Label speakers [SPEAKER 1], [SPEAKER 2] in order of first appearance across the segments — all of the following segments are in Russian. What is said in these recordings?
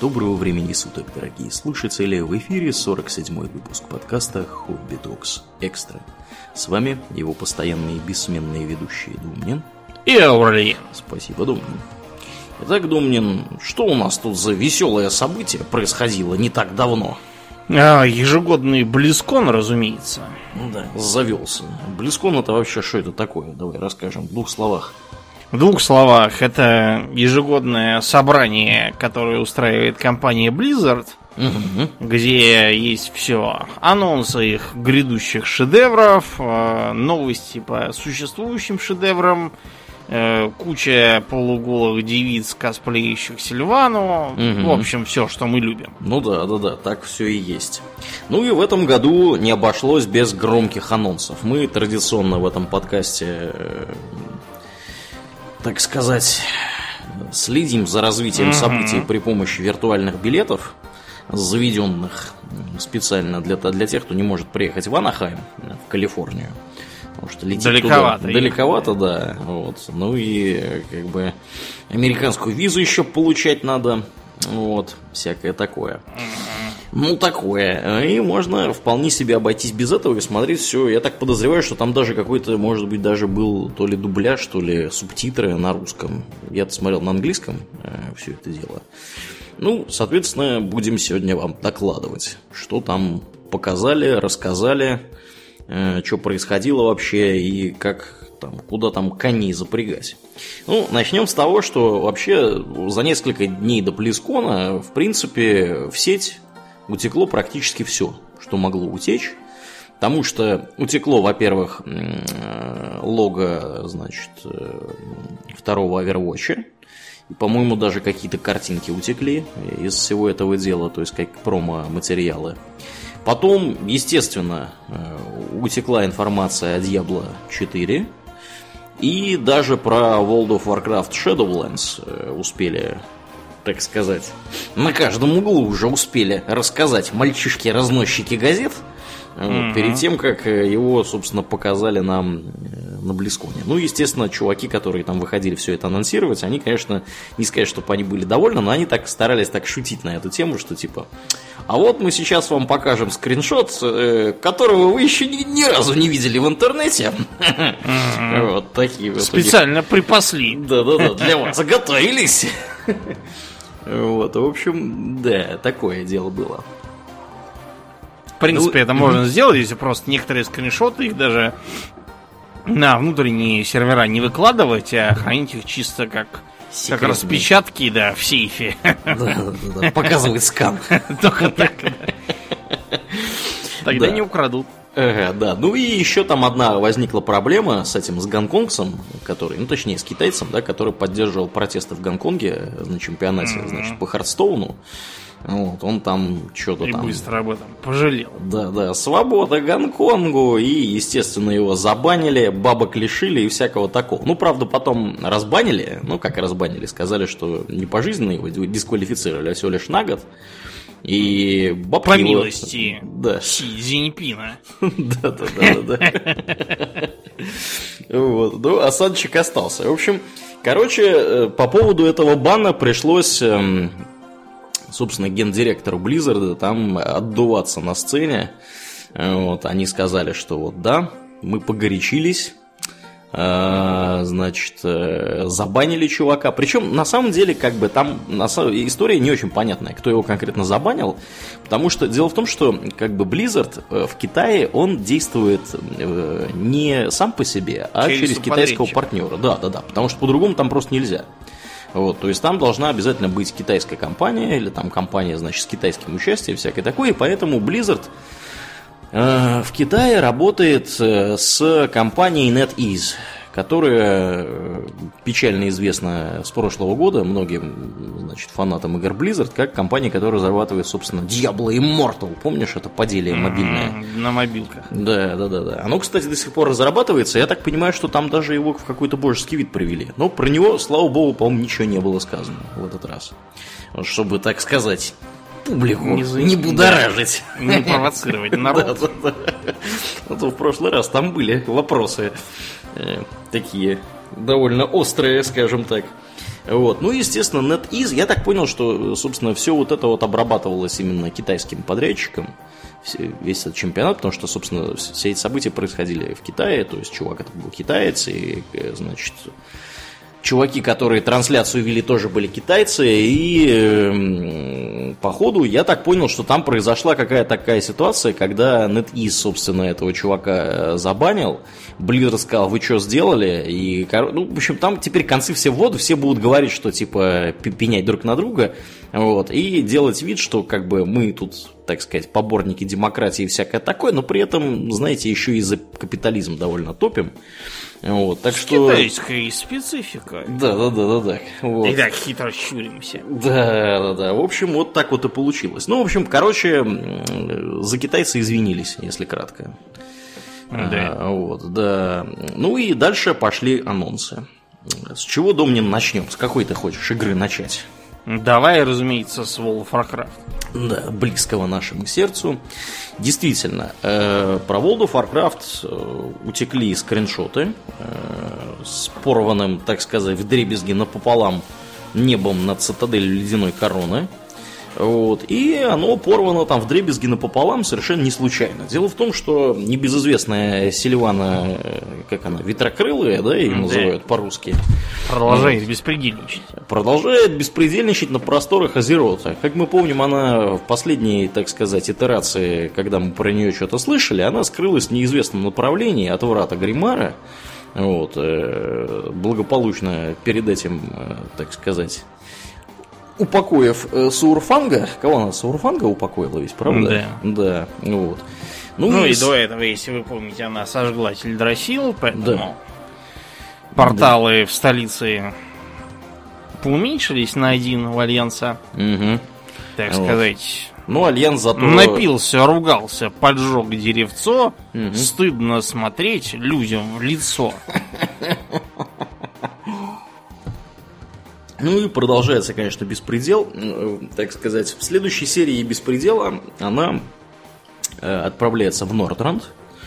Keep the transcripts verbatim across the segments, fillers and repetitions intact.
[SPEAKER 1] Доброго времени суток, дорогие слушатели! В эфире сорок седьмой выпуск подкаста Hobby Talks Extra. С вами его постоянные бессменные ведущие Думнин
[SPEAKER 2] и Аурлиен.
[SPEAKER 1] Спасибо, Думнин. Итак, Думнин, что у нас тут за веселое событие происходило не так давно?
[SPEAKER 2] А, ежегодный BlizzCon, разумеется.
[SPEAKER 1] Ну да, завелся. BlizzCon это вообще что это такое? Давай расскажем в двух словах.
[SPEAKER 2] В двух словах, это ежегодное собрание, которое устраивает компания Blizzard, угу. где есть все. Анонсы их грядущих шедевров, новости по существующим шедеврам, куча полуголых девиц, косплеящих Сильвану. Угу. В общем, все, что мы любим.
[SPEAKER 1] Ну да, да, да, так все и есть. Ну и в этом году не обошлось без громких анонсов. Мы традиционно в этом подкасте, так сказать, следим за развитием mm-hmm. событий при помощи виртуальных билетов, заведенных специально для, для тех, кто не может приехать в Анахайм, в Калифорнию. Потому что лететь
[SPEAKER 2] далековато.
[SPEAKER 1] Туда, далековато, да. Вот. Ну и как бы американскую визу еще получать надо. Вот, всякое такое. Mm-hmm. Ну, такое. И можно вполне себе обойтись без этого и смотреть все. Я так подозреваю, что там даже какой-то, может быть, даже был то ли дубляж, то ли субтитры на русском. Я-то смотрел на английском э, все это дело. Ну, соответственно, будем сегодня вам докладывать, что там показали, рассказали, э, что происходило вообще и как... Там, куда там коней запрягать. Ну, начнем с того, что вообще за несколько дней до BlizzCon, в принципе, в сеть утекло практически все, что могло утечь. Потому что утекло, во-первых, лого, значит, второго Overwatch. И, по-моему, даже какие-то картинки утекли из всего этого дела, то есть как промо-материалы. Потом, естественно, утекла информация о Diablo четыре. И даже про World of Warcraft Shadowlands успели, так сказать, на каждом углу уже успели рассказать мальчишки-разносчики газет, mm-hmm. перед тем, как его, собственно, показали нам на BlizzCon. Ну, естественно, чуваки, которые там выходили все это анонсировать, они, конечно, не сказать, чтобы они были довольны, но они так старались так шутить на эту тему, что типа... А вот мы сейчас вам покажем скриншот, которого вы еще ни, ни разу не видели в интернете.
[SPEAKER 2] Mm-hmm.
[SPEAKER 1] Вот такие вот.
[SPEAKER 2] Специально припасли.
[SPEAKER 1] Да-да-да, для вас заготовились. Вот, в общем, да, такое дело было.
[SPEAKER 2] В принципе, это можно сделать, если просто некоторые скриншоты их даже на внутренние сервера не выкладывать, а хранить их чисто как... Как распечатки, да, в сейфе.
[SPEAKER 1] Да, да, да. Показывает скан.
[SPEAKER 2] Только так. Тогда не украдут.
[SPEAKER 1] Ага, да. Ну и еще там одна возникла проблема с этим, с гонконгцем, который, ну точнее с китайцем, да, который поддерживал протесты в Гонконге на чемпионате, значит, по Хардстоуну. Вот, он там что-то
[SPEAKER 2] и
[SPEAKER 1] там...
[SPEAKER 2] И быстро об этом пожалел.
[SPEAKER 1] Да, да, свобода Гонконгу, и, естественно, его забанили, бабок лишили и всякого такого. Ну, правда, потом разбанили, ну, как разбанили, сказали, что не пожизненно его дисквалифицировали, а всего лишь на год. И бабки
[SPEAKER 2] по
[SPEAKER 1] его...
[SPEAKER 2] милости
[SPEAKER 1] да.
[SPEAKER 2] Си Цзиньпина.
[SPEAKER 1] Да, да, да, да. Вот, ну, осадочек остался. В общем, короче, по поводу этого бана пришлось... собственно, гендиректору Blizzard там отдуваться на сцене. Вот, они сказали, что вот да, мы погорячились, э, значит, э, забанили чувака. Причем, на самом деле, как бы там на, история не очень понятная, кто его конкретно забанил. Потому что дело в том, что как бы Blizzard в Китае, он действует э, не сам по себе, а через, через китайского партнера. Да, да, да, потому что по-другому там просто нельзя. Вот, то есть там должна обязательно быть китайская компания или там компания, значит, с китайским участием, всякое такое, и поэтому Blizzard э, в Китае работает э, с компанией NetEase, которая э, печально известна с прошлого года многим, значит, фанатам игр Blizzard, как компания, которая разрабатывает, собственно, Diablo Immortal, помнишь, это поделие мобильное?
[SPEAKER 2] На мобилках.
[SPEAKER 1] Да, да, да, да. Оно, кстати, до сих пор разрабатывается. Я так понимаю, что там даже его в какой-то божеский вид привели. Но про него, слава богу, по-моему, ничего не было сказано в этот раз. Чтобы, так сказать, публику не, за... не будоражить.
[SPEAKER 2] Не провоцировать народ.
[SPEAKER 1] Да, да, да. А то в прошлый раз там были вопросы э, такие довольно острые, скажем так. Вот. Ну, естественно, NetEase, я так понял, что, собственно, все вот это вот обрабатывалось именно китайским подрядчиком, весь этот чемпионат, потому что, собственно, все эти события происходили в Китае, то есть чувак это был китаец, и, значит, чуваки, которые трансляцию вели, тоже были китайцы, и э, по ходу я так понял, что там произошла какая-то такая ситуация, когда NetEase, собственно, этого чувака забанил, Blizzard сказал, вы что сделали, и, ну, в общем, там теперь концы все в воду, все будут говорить, что, типа, пенять друг на друга, вот, и делать вид, что, как бы, мы тут, так сказать, поборники демократии и всякое такое, но при этом, знаете, еще и за капитализм довольно топим. Вот, так что...
[SPEAKER 2] Китайская специфика.
[SPEAKER 1] Да, да, да, да, да. Вот.
[SPEAKER 2] И так хитро щуримся.
[SPEAKER 1] Да, да, да. В общем, вот так вот и получилось. Ну, в общем, короче, за китайцы извинились, если кратко.
[SPEAKER 2] Да.
[SPEAKER 1] А, вот, да. Ну и дальше пошли анонсы. С чего, Домнин, начнем? С какой ты хочешь игры начать?
[SPEAKER 2] Давай, разумеется, с World of Warcraft.
[SPEAKER 1] Да, близкого нашему сердцу. Действительно, э, про World of Warcraft э, утекли скриншоты э, с порванным, так сказать, вдребезги напополам небом над цитаделью Ледяной Короны. Вот, и оно порвано там вдребезги напополам совершенно не случайно. Дело в том, что небезызвестная Сильвана, как она, ветрокрылая, да, ее называют по-русски,
[SPEAKER 2] продолжает беспредельничать.
[SPEAKER 1] Продолжает беспредельничать на просторах Азерота. Как мы помним, она в последней, так сказать, итерации, когда мы про нее что-то слышали, она скрылась в неизвестном направлении от врата Гримара. Вот, благополучно перед этим, так сказать, упокоив э, Саурфанга. Кого она, Саурфанга упокоила ведь, правда?
[SPEAKER 2] Да.
[SPEAKER 1] Да, вот. Ну,
[SPEAKER 2] ну и,
[SPEAKER 1] и
[SPEAKER 2] с... до этого, если вы помните, она сожгла Тильдрасил, поэтому
[SPEAKER 1] да.
[SPEAKER 2] порталы да. в столице поуменьшились на один у Альянса.
[SPEAKER 1] Угу.
[SPEAKER 2] Так
[SPEAKER 1] вот.
[SPEAKER 2] сказать.
[SPEAKER 1] Ну, Альянс зато...
[SPEAKER 2] Напился, ругался, поджег деревцо.
[SPEAKER 1] Угу.
[SPEAKER 2] Стыдно смотреть людям в лицо.
[SPEAKER 1] Ну и продолжается, конечно, беспредел. Так сказать, в следующей серии беспредела она отправляется в Нордранд.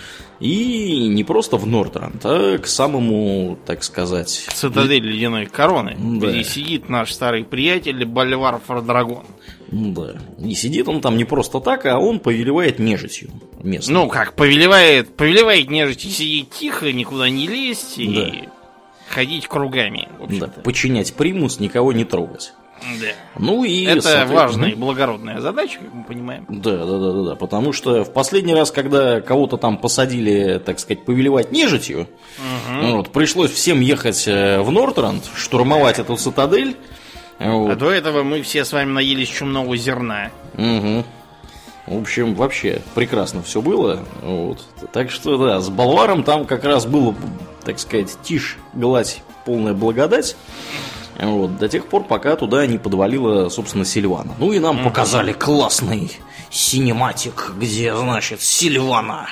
[SPEAKER 1] И не просто в Нордранд, а к самому, так сказать...
[SPEAKER 2] Цитадель Ледяной Короны,
[SPEAKER 1] да.
[SPEAKER 2] где сидит наш старый приятель Боливар Фардрагон.
[SPEAKER 1] Да. И сидит он там не просто так, а он повелевает нежитью местной.
[SPEAKER 2] Ну как, повелевает, повелевает нежитью сидеть тихо, никуда не лезть и...
[SPEAKER 1] Да.
[SPEAKER 2] Ходить кругами, в общем-то.
[SPEAKER 1] Да, подчинять примус, никого не трогать.
[SPEAKER 2] Да.
[SPEAKER 1] Ну и,
[SPEAKER 2] это важная и благородная задача, как мы понимаем.
[SPEAKER 1] Да, да, да, да, да. Потому что в последний раз, когда кого-то там посадили, так сказать, повелевать нежитью, угу. вот, пришлось всем ехать в Нордранд, штурмовать эту цитадель. Вот.
[SPEAKER 2] А до этого мы все с вами наелись чумного зерна.
[SPEAKER 1] Угу. В общем, вообще прекрасно все было. Вот. Так что, да, с Болваром там как раз было, так сказать, тишь, гладь, полная благодать. Вот, до тех пор, пока туда не подвалила, собственно, Сильвана. Ну и нам mm-hmm. показали классный синематик, где, значит, Сильвана,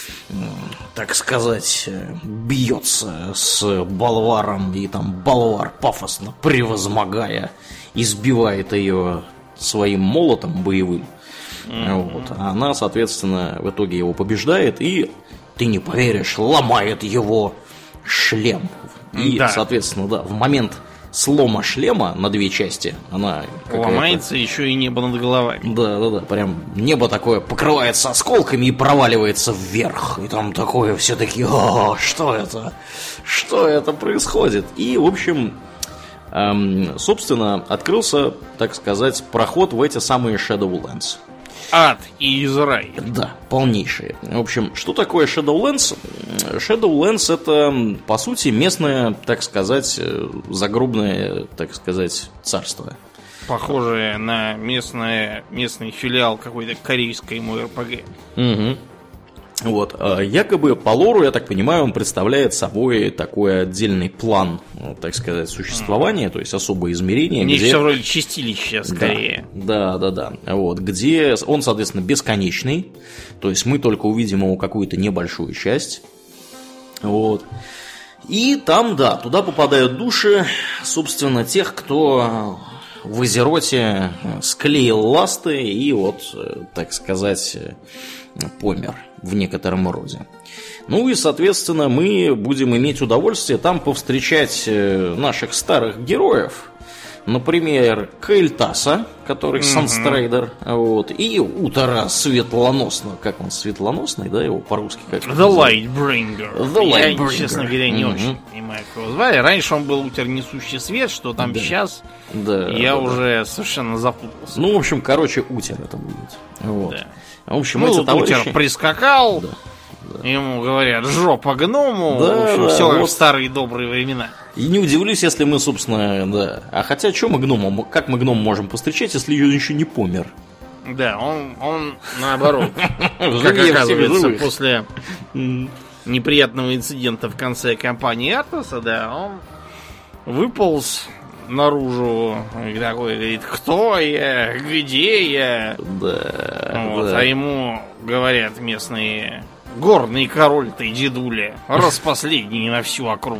[SPEAKER 1] так сказать, бьется с Болваром, и там Болвар, пафосно превозмогая, избивает ее своим молотом боевым. Mm-hmm. Вот. А она, соответственно, в итоге его побеждает и, ты не поверишь, ломает его шлем. И, да. соответственно, да, в момент слома шлема на две части она
[SPEAKER 2] ломается еще и небо над головой.
[SPEAKER 1] Да, да, да, прям небо такое покрывается осколками и проваливается вверх. И там такое все такие, о, что это? Что это происходит? И, в общем, эм, собственно, открылся, так сказать, проход в эти самые Shadowlands.
[SPEAKER 2] Ад и Израиль.
[SPEAKER 1] Да, полнейшие. В общем, что такое Shadowlands? Shadowlands это, по сути, местное, так сказать, загробное, так сказать, царство.
[SPEAKER 2] Похожее на местное, местный филиал какой-то корейской эм эр пэ гэ.
[SPEAKER 1] Угу. Вот, якобы по лору, я так понимаю, он представляет собой такой отдельный план, так сказать, существования, то есть особое измерение.
[SPEAKER 2] Мне
[SPEAKER 1] где...
[SPEAKER 2] все вроде чистилище скорее.
[SPEAKER 1] Да, да, да, да. Вот, где он, соответственно, бесконечный, то есть мы только увидим его какую-то небольшую часть. Вот. И там, да, туда попадают души, собственно, тех, кто в Азероте склеил ласты и вот, так сказать, помер в некотором роде. Ну и, соответственно, мы будем иметь удовольствие там повстречать наших старых героев, например, Каэльтаса, который
[SPEAKER 2] Мгм.
[SPEAKER 1] Санстрейдер, вот, и Утора Светлоносного. Как он, Светлоносный, да, его по-русски как?
[SPEAKER 2] The Lightbringer.
[SPEAKER 1] The
[SPEAKER 2] Я,
[SPEAKER 1] Lightbringer.
[SPEAKER 2] честно говоря, не
[SPEAKER 1] Мгм.
[SPEAKER 2] очень понимаю, как его звали. Раньше он был Утер Несущий Свет, что там
[SPEAKER 1] Да.
[SPEAKER 2] сейчас,
[SPEAKER 1] Да,
[SPEAKER 2] я
[SPEAKER 1] да,
[SPEAKER 2] уже совершенно запутался.
[SPEAKER 1] Ну, в общем, короче, Утер это будет. Вот.
[SPEAKER 2] Да.
[SPEAKER 1] В общем,
[SPEAKER 2] Ну,
[SPEAKER 1] эти
[SPEAKER 2] вот
[SPEAKER 1] товарищи...
[SPEAKER 2] Утер прискакал,
[SPEAKER 1] Да,
[SPEAKER 2] ему говорят, жопа гному,
[SPEAKER 1] Да,
[SPEAKER 2] в общем,
[SPEAKER 1] да,
[SPEAKER 2] все как
[SPEAKER 1] вот.
[SPEAKER 2] в старые добрые времена.
[SPEAKER 1] И не удивлюсь, если мы, собственно, да. А хотя, что мы гнома, как мы гнома можем повстречать, если он еще не помер?
[SPEAKER 2] Да, он, он наоборот, как
[SPEAKER 1] Живее всех
[SPEAKER 2] оказывается,
[SPEAKER 1] живых.
[SPEAKER 2] после неприятного инцидента в конце кампании Артаса, да, он выполз наружу и такой говорит, кто я, где я?
[SPEAKER 1] Да,
[SPEAKER 2] Вот,
[SPEAKER 1] да.
[SPEAKER 2] а ему говорят местные, горный король ты, дедуля, раз последний на всю округу.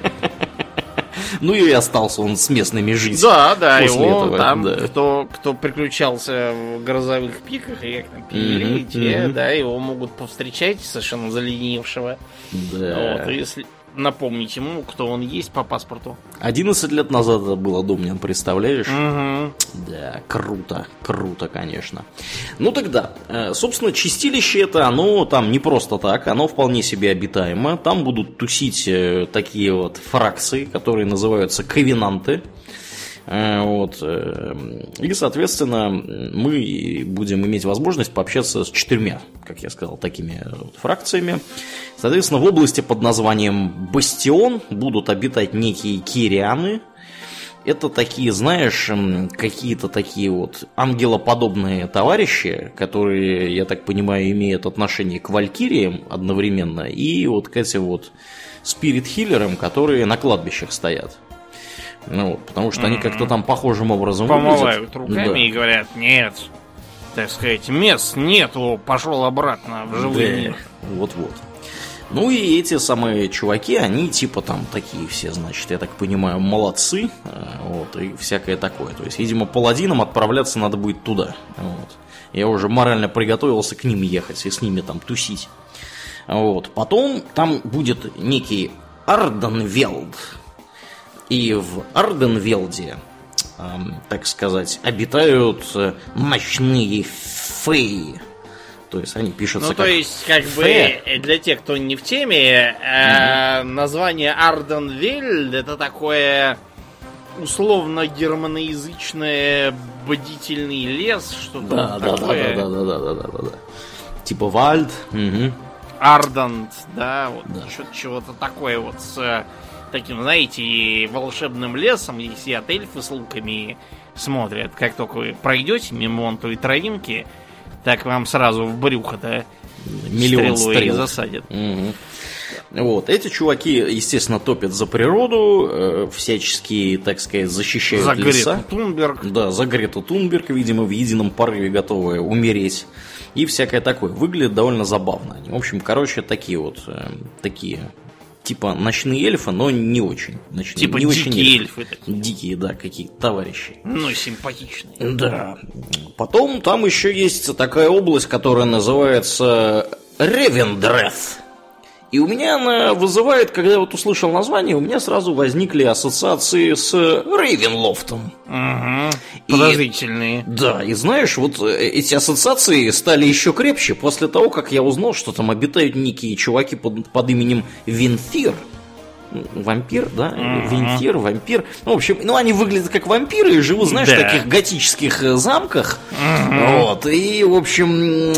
[SPEAKER 1] Ну и остался он с местными жителями.
[SPEAKER 2] Да, да,
[SPEAKER 1] После
[SPEAKER 2] его
[SPEAKER 1] этого,
[SPEAKER 2] там,
[SPEAKER 1] да.
[SPEAKER 2] кто, кто приключался в грозовых пиках, и как там перевели,
[SPEAKER 1] Мгм,
[SPEAKER 2] те,
[SPEAKER 1] мгм.
[SPEAKER 2] да, его могут повстречать совершенно заленившего.
[SPEAKER 1] Да.
[SPEAKER 2] Вот, и если напомнить ему, кто он есть по паспорту.
[SPEAKER 1] одиннадцать лет назад это было, Домнин, представляешь?
[SPEAKER 2] Угу.
[SPEAKER 1] Да, круто, круто, конечно. Ну тогда, э, собственно, чистилище это, оно там не просто так, оно вполне себе обитаемо. Там будут тусить э, такие вот фракции, которые называются ковенанты. Э, Вот. э, И, соответственно, мы будем иметь возможность пообщаться с четырьмя, как я сказал, такими вот фракциями. Соответственно, в области под названием Бастион будут обитать некие кирианы. Это такие, знаешь, м, какие-то такие вот ангелоподобные товарищи, которые, я так понимаю, имеют отношение к валькириям одновременно и вот к этим вот спирит-хиллерам, которые на кладбищах стоят. Ну, вот, потому что они как-то там похожим образом
[SPEAKER 2] Помывают
[SPEAKER 1] выглядят.
[SPEAKER 2] руками
[SPEAKER 1] Да.
[SPEAKER 2] и говорят, нет, так сказать, мест нету, пошел обратно в живой
[SPEAKER 1] Да,
[SPEAKER 2] мир.
[SPEAKER 1] вот-вот. Ну и эти самые чуваки, они типа там такие все, значит, я так понимаю, молодцы, э, вот, и всякое такое. То есть, видимо, паладинам отправляться надо будет туда. Вот. Я уже морально приготовился к ним ехать и с ними там тусить. Вот. Потом там будет некий Арденвелд. И в Арденвелде, эм, так сказать, обитают э, ночные феи. То есть они пишутся
[SPEAKER 2] Ну,
[SPEAKER 1] как
[SPEAKER 2] то есть, как бы,
[SPEAKER 1] фе.
[SPEAKER 2] э, для тех, кто не в теме, э, название Арденвельд это такое условно германоязычное бдительный лес, что-то
[SPEAKER 1] Да, да, да,
[SPEAKER 2] такое.
[SPEAKER 1] да, да, да, да, да, да, да. Типа Вальд. Угу.
[SPEAKER 2] Ардент, да, вот
[SPEAKER 1] Да.
[SPEAKER 2] что-то чего-то такое вот с э, таким, знаете, волшебным лесом, где сидят эльфы с луками и смотрят. Как только вы пройдете мимо вон той травинки, так вам сразу в брюхо-то
[SPEAKER 1] Миллион
[SPEAKER 2] стрелой и
[SPEAKER 1] стрел.
[SPEAKER 2] засадят.
[SPEAKER 1] Мгм. Вот, эти чуваки, естественно, топят за природу, э, всячески, так сказать, защищают
[SPEAKER 2] За
[SPEAKER 1] леса.
[SPEAKER 2] Грету Тунберг.
[SPEAKER 1] Да, за Грету Тунберг, видимо, в едином порыве готовы умереть. И всякое такое. Выглядит довольно забавно. Они, в общем, короче, такие вот, э, такие, типа ночные эльфы, но не очень. Ночные,
[SPEAKER 2] Типа
[SPEAKER 1] не очень
[SPEAKER 2] дикие эльфы такие.
[SPEAKER 1] Дикие, да, какие-то товарищи.
[SPEAKER 2] Но симпатичные.
[SPEAKER 1] Да. Потом там еще есть такая область, которая называется Ревендрeth. И у меня она вызывает, когда я вот услышал название, у меня сразу возникли ассоциации с Рейвенлофтом.
[SPEAKER 2] Угу.
[SPEAKER 1] И-
[SPEAKER 2] Подозрительные.
[SPEAKER 1] Да, и знаешь, вот э, эти ассоциации стали еще крепче после того, как я узнал, что там обитают некие чуваки под, под именем Винфир. Ну, Вампир, да?
[SPEAKER 2] Мгм.
[SPEAKER 1] Винфир, вампир. Ну, в общем, ну они выглядят как вампиры и живут, знаешь,
[SPEAKER 2] Да.
[SPEAKER 1] в таких готических э, замках. Вот, и, в общем,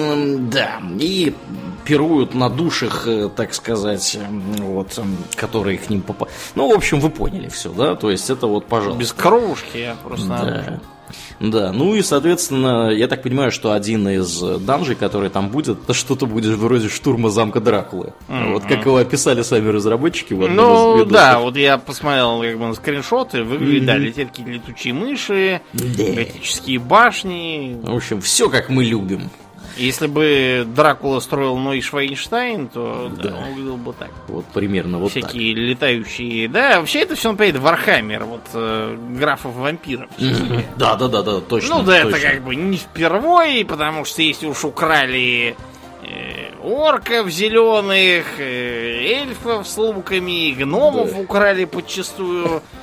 [SPEAKER 1] м, да, и пируют на душах, э, так сказать, м, вот, м, которые к ним попали. Ну, в общем, вы поняли все, да? То есть это вот, пожалуйста.
[SPEAKER 2] Без кровушки я просто
[SPEAKER 1] Да.
[SPEAKER 2] наружу.
[SPEAKER 1] Да, ну и, соответственно, я так понимаю, что один из данжей, который там будет, это что-то будет вроде штурма замка Дракулы.
[SPEAKER 2] Мгм.
[SPEAKER 1] Вот как его описали сами разработчики в одном из
[SPEAKER 2] Ну
[SPEAKER 1] видосов.
[SPEAKER 2] да, вот я посмотрел как бы на скриншоты, выглядят, да,
[SPEAKER 1] Мгм.
[SPEAKER 2] летят какие-то летучие мыши,
[SPEAKER 1] Да.
[SPEAKER 2] готические башни.
[SPEAKER 1] В общем, все как мы любим.
[SPEAKER 2] Если бы Дракула строил Ной Швайнштайн, то да,
[SPEAKER 1] Да.
[SPEAKER 2] он выглядел бы так.
[SPEAKER 1] Вот примерно вот
[SPEAKER 2] Всякие летающие. Да, вообще это все напоминает Вархаммер, вот э, графов вампиров.
[SPEAKER 1] так. Мгм. Да, да, да, да, точно.
[SPEAKER 2] Ну да,
[SPEAKER 1] точно.
[SPEAKER 2] это как бы не впервой, потому что если уж украли э, орков зеленых, э, эльфов с луками, гномов
[SPEAKER 1] Да.
[SPEAKER 2] украли подчастую,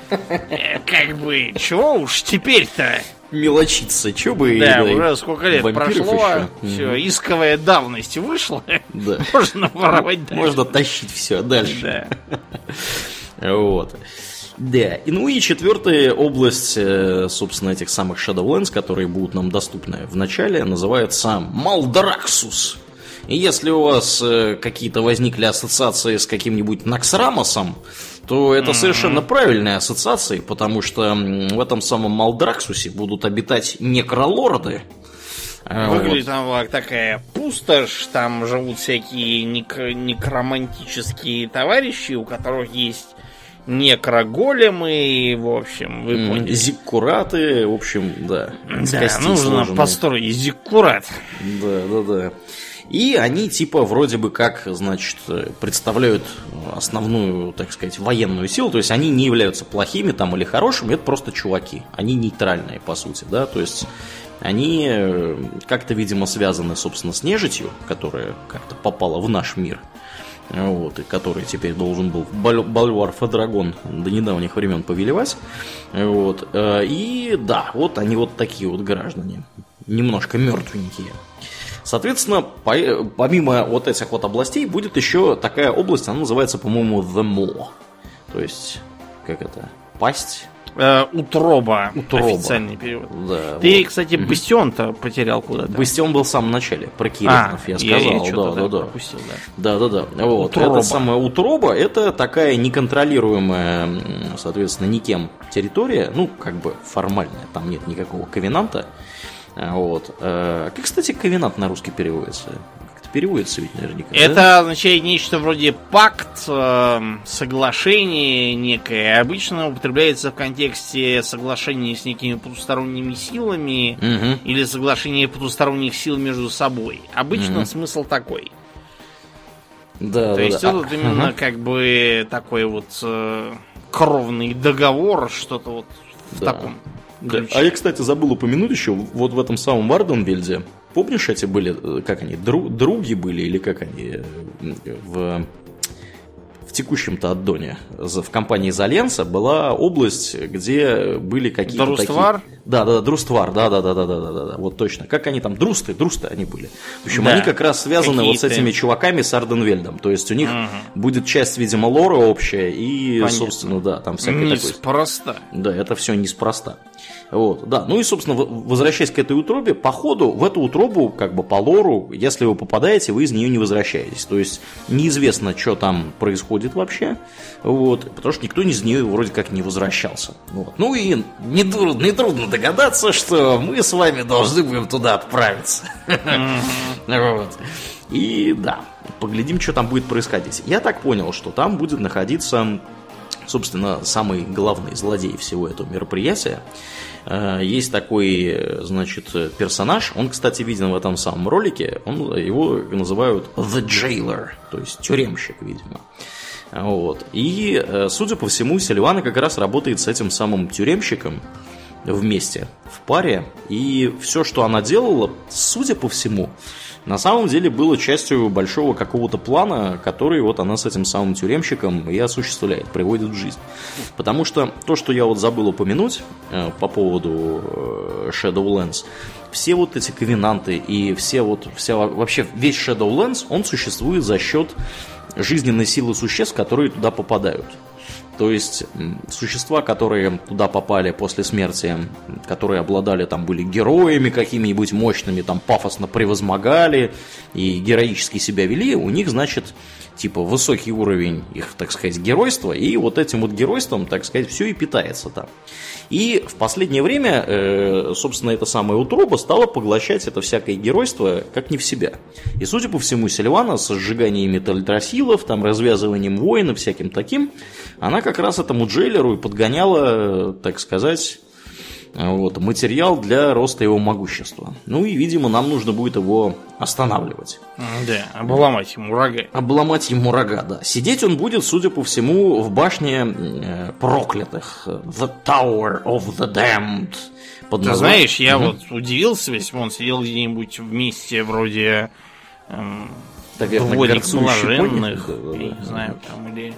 [SPEAKER 2] Как бы, чего уж теперь-то?
[SPEAKER 1] Мелочиться, чё бы...
[SPEAKER 2] Да, уже сколько лет прошло,
[SPEAKER 1] еще.
[SPEAKER 2] все,
[SPEAKER 1] Угу.
[SPEAKER 2] исковая давность вышла,
[SPEAKER 1] да.
[SPEAKER 2] можно воровать дальше.
[SPEAKER 1] Можно тащить все дальше.
[SPEAKER 2] Да.
[SPEAKER 1] Вот. Да, и, ну и четвертая область, собственно, этих самых Shadowlands, которые будут нам доступны в начале, называется Малдраксус. И если у вас какие-то возникли ассоциации с каким-нибудь Наксрамосом, то это mm-hmm. совершенно правильные ассоциации, потому что в этом самом Малдраксусе будут обитать некролорды.
[SPEAKER 2] Выглядит вот. Там такая пустошь, там живут всякие нек- некромантические товарищи, у которых есть некроголемы, в общем, вы mm, поняли.
[SPEAKER 1] Зиккураты, в общем, да.
[SPEAKER 2] Да, нужно сложенные. Построить зиккурат.
[SPEAKER 1] Да, да, да. И они типа вроде бы как, значит, представляют основную, так сказать, военную силу. То есть они не являются плохими там или хорошими, это просто чуваки. Они нейтральные, по сути, да. То есть они как-то, видимо, связаны, собственно, с нежитью, которая как-то попала в наш мир. Вот, и который теперь должен был Бальвар Федрагон до недавних времен повелевать. Вот. И да, вот они вот такие вот граждане. Немножко мертвенькие. Соответственно, помимо вот этих вот областей, будет еще такая область, она называется, по-моему, The Maw. То есть, как это? Пасть?
[SPEAKER 2] Э, утроба.
[SPEAKER 1] Утроба.
[SPEAKER 2] Официальный перевод.
[SPEAKER 1] Да,
[SPEAKER 2] Ты,
[SPEAKER 1] вот.
[SPEAKER 2] кстати, Бастион-то потерял куда-то.
[SPEAKER 1] Бастион был в самом начале. Про Кириллов
[SPEAKER 2] а,
[SPEAKER 1] я сказал.
[SPEAKER 2] Я, я
[SPEAKER 1] да, да, да.
[SPEAKER 2] пропустил, да.
[SPEAKER 1] Да, да, да. Вот. Это самая утроба, это такая неконтролируемая, соответственно, никем территория. Ну, как бы формальная. Там нет никакого ковенанта. Вот. Как, кстати, ковенант на русский переводится? Как-то переводится ведь наверняка.
[SPEAKER 2] Это
[SPEAKER 1] да?
[SPEAKER 2] означает нечто вроде пакт, соглашение некое. Обычно употребляется в контексте соглашения с некими потусторонними силами угу. или соглашения потусторонних сил между собой. Обычно угу. смысл такой.
[SPEAKER 1] Да,
[SPEAKER 2] То
[SPEAKER 1] да,
[SPEAKER 2] есть
[SPEAKER 1] да.
[SPEAKER 2] это
[SPEAKER 1] а,
[SPEAKER 2] именно
[SPEAKER 1] угу.
[SPEAKER 2] как бы такой вот э, кровный договор, что-то вот в
[SPEAKER 1] да.
[SPEAKER 2] таком.
[SPEAKER 1] Да. А я, кстати, забыл упомянуть еще, вот в этом самом Варденвельде, помнишь, эти были, как они, дру, други были, или как они, в, в текущем-то аддоне, в компании Заленса была область, где были какие-то
[SPEAKER 2] Друствар?
[SPEAKER 1] такие... Да, да, да, Друствар, да, да, да, да, да, да, да, вот точно. Как они там, Друсты, Друсты они были. В общем, да. они как раз связаны какие-то... вот с этими чуваками с Арденвельдом. То есть у них угу. будет часть, видимо, лора общая и, понятно. Собственно, да, там всякое такое.
[SPEAKER 2] Неспроста.
[SPEAKER 1] Да, это все неспроста. Вот, да. Ну и, собственно, возвращаясь к этой утробе, по ходу в эту утробу, как бы по лору, если вы попадаете, вы из нее не возвращаетесь. То есть неизвестно, что там происходит вообще. Вот, потому что никто из нее вроде как не возвращался. Вот. Ну и нетрудно, нетрудно догадаться, что мы с вами должны будем туда отправиться. Вот. И да, поглядим, что там будет происходить. Я так понял, что там будет находиться, собственно, самый главный злодей всего этого мероприятия. Есть такой, значит, персонаж. Он, кстати, виден в этом самом ролике. Он, его называют The Jailer, то есть тюремщик, видимо. Вот. И, судя по всему, Сильвана как раз работает с этим самым тюремщиком вместе, в паре. И все, что она делала, судя по всему, на самом деле было частью большого какого-то плана, который вот она с этим самым тюремщиком и осуществляет, приводит в жизнь. Потому что то, что я вот забыл упомянуть э, по поводу э, Shadowlands, все вот эти ковенанты и все вот, вся, вообще весь Shadowlands, он существует за счет жизненной силы существ, которые туда попадают. То есть существа, которые туда попали после смерти, которые обладали, там, были героями какими-нибудь мощными, там, пафосно превозмогали и героически себя вели, у них, значит, типа, высокий уровень их, так сказать, геройства, и вот этим вот геройством, так сказать, все и питается там. И в последнее время, э, собственно, эта самая утроба стала поглощать это всякое геройство как не в себя. И, судя по всему, Сильвана со сжиганиями Тальтрасилов, там, развязыванием войн и всяким таким, она как раз этому джейлеру и подгоняла, так сказать, вот, материал для роста его могущества. Ну и, видимо, нам нужно будет его останавливать.
[SPEAKER 2] Да, обломать ему рога.
[SPEAKER 1] Обломать ему рога, да. Сидеть он будет, судя по всему, в башне э, проклятых. The Tower of the Damned.
[SPEAKER 2] Под Ты знаешь, я угу. вот удивился, если он сидел где-нибудь вместе вроде эм, двойник блаженных, да, да, да. Я не знаю, там, или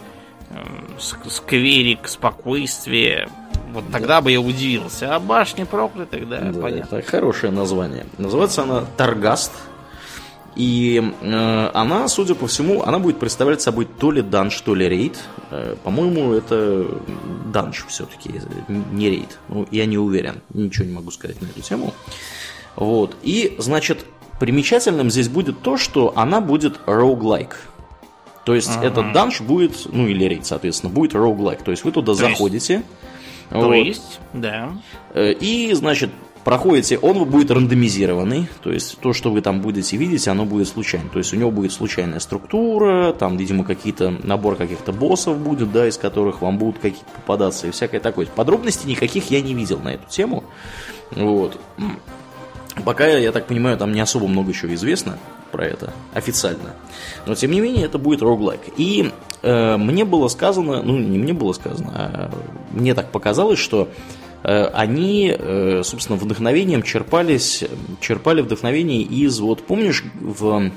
[SPEAKER 2] скверик, спокойствие. Вот тогда да. бы я удивился. А башня проклятых, да, да, понятно.
[SPEAKER 1] Это хорошее название. Называется она Таргаст. И э, она, судя по всему, она будет представлять собой то ли данж, то ли рейд. Э, по-моему, это данж все-таки, не рейд. Ну, я не уверен, ничего не могу сказать на эту тему. Вот. И, значит, примечательным здесь будет то, что она будет roguelike. То есть, uh-huh. этот данж будет, ну или рейд, соответственно, будет roguelike. То есть, вы туда то заходите.
[SPEAKER 2] Есть... Вот, то есть, да.
[SPEAKER 1] И, значит, проходите, он будет рандомизированный. То есть, то, что вы там будете видеть, оно будет случайно. То есть, у него будет случайная структура, там, видимо, какие-то, набор каких-то боссов будет, да, из которых вам будут какие-то попадаться и всякое такое. Подробностей никаких я не видел на эту тему. Вот. Пока, я так понимаю, там не особо много еще известно про это официально. Но, тем не менее, это будет роуглайк. И э, мне было сказано, ну, не мне было сказано, а мне так показалось, что э, они, э, собственно, вдохновением черпались, черпали вдохновение из, вот, помнишь, в,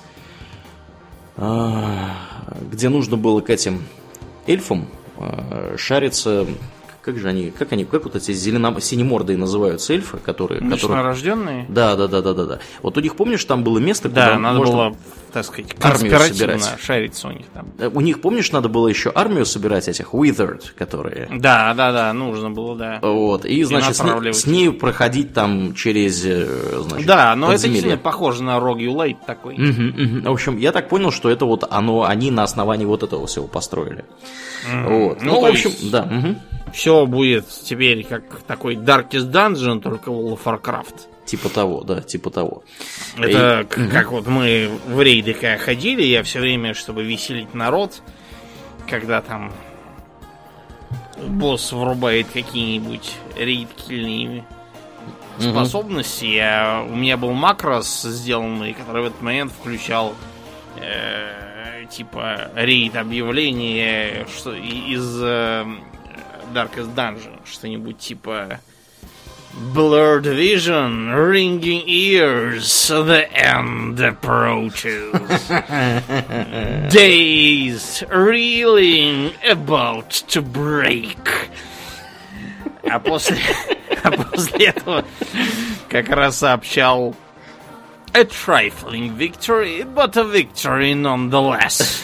[SPEAKER 1] э, где нужно было к этим эльфам э, шариться... Как же они, как они, как вот эти зелено... синемордые называются эльфы, которые...
[SPEAKER 2] Ночнорожденные?
[SPEAKER 1] Да, да, да, да, да, да. Вот у них, помнишь, там было место,
[SPEAKER 2] да,
[SPEAKER 1] куда
[SPEAKER 2] надо
[SPEAKER 1] можно
[SPEAKER 2] было, так сказать,
[SPEAKER 1] конспиративно
[SPEAKER 2] шариться у них там.
[SPEAKER 1] У них, помнишь, надо было еще армию собирать, этих Withered, которые...
[SPEAKER 2] Да, да, да, нужно было, да.
[SPEAKER 1] Вот, и, значит, с, не... с ней проходить там через, значит,
[SPEAKER 2] да, но
[SPEAKER 1] подземелье.
[SPEAKER 2] Это сильно похоже на Roguelite такой.
[SPEAKER 1] Угу, угу. В общем, я так понял, что это вот оно, они на основании вот этого всего построили.
[SPEAKER 2] Mm.
[SPEAKER 1] Вот.
[SPEAKER 2] Ну,
[SPEAKER 1] ну в общем,
[SPEAKER 2] есть...
[SPEAKER 1] да. Угу.
[SPEAKER 2] Все будет теперь как такой Darkest Dungeon, только World of Warcraft.
[SPEAKER 1] Типа того, да, типа того.
[SPEAKER 2] Это
[SPEAKER 1] И...
[SPEAKER 2] как угу. вот мы в рейды когда ходили, я все время, чтобы веселить народ, когда там босс врубает какие-нибудь рейд-кильные угу. способности, я, у меня был макрос сделанный, который в этот момент включал э, типа рейд объявление что, из э, Darkest Dungeon, что-нибудь типа Blurred vision, ringing ears, the end approaches. Days reeling about to break. А после, а после этого как раз сообщал A trifling victory, but a victory nonetheless.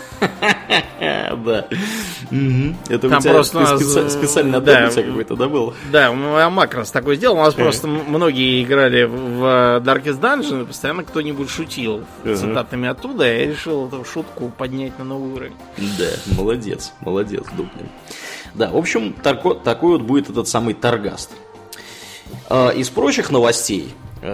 [SPEAKER 1] Да. Это
[SPEAKER 2] там
[SPEAKER 1] у тебя
[SPEAKER 2] просто
[SPEAKER 1] специ... специальный отдел у тебя какой-то, да, был?
[SPEAKER 2] Да, у меня макрос такой сделал. У нас просто многие играли в Darkest Dungeon, и постоянно кто-нибудь шутил цитатами оттуда, и я решил эту шутку поднять на новый уровень.
[SPEAKER 1] Да, молодец, молодец, Дуплин. Да, в общем, такой, такой вот будет этот самый Таргаст. Из прочих новостей,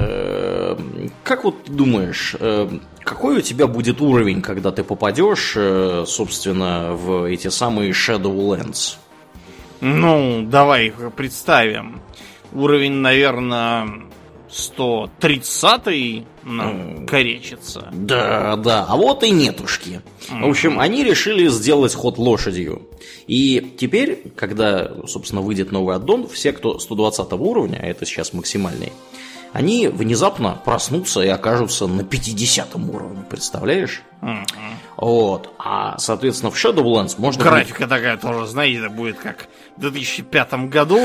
[SPEAKER 1] как вот ты думаешь, какой у тебя будет уровень, когда ты попадешь, собственно, в эти самые Shadowlands?
[SPEAKER 2] Ну, давай представим. Уровень, наверное, сто тридцатый нам коречится.
[SPEAKER 1] Да, да, а вот и нетушки. В общем, они решили сделать ход лошадью. И теперь, когда, собственно, выйдет новый аддон, все, кто сто двадцатого уровня, а это сейчас максимальный, они внезапно проснутся и окажутся на пятидесятом уровне, представляешь?
[SPEAKER 2] Mm-hmm.
[SPEAKER 1] Вот. А, соответственно, в Shadowlands можно...
[SPEAKER 2] Графика будет... такая тоже, знаете, это будет как в две тысячи пятом году.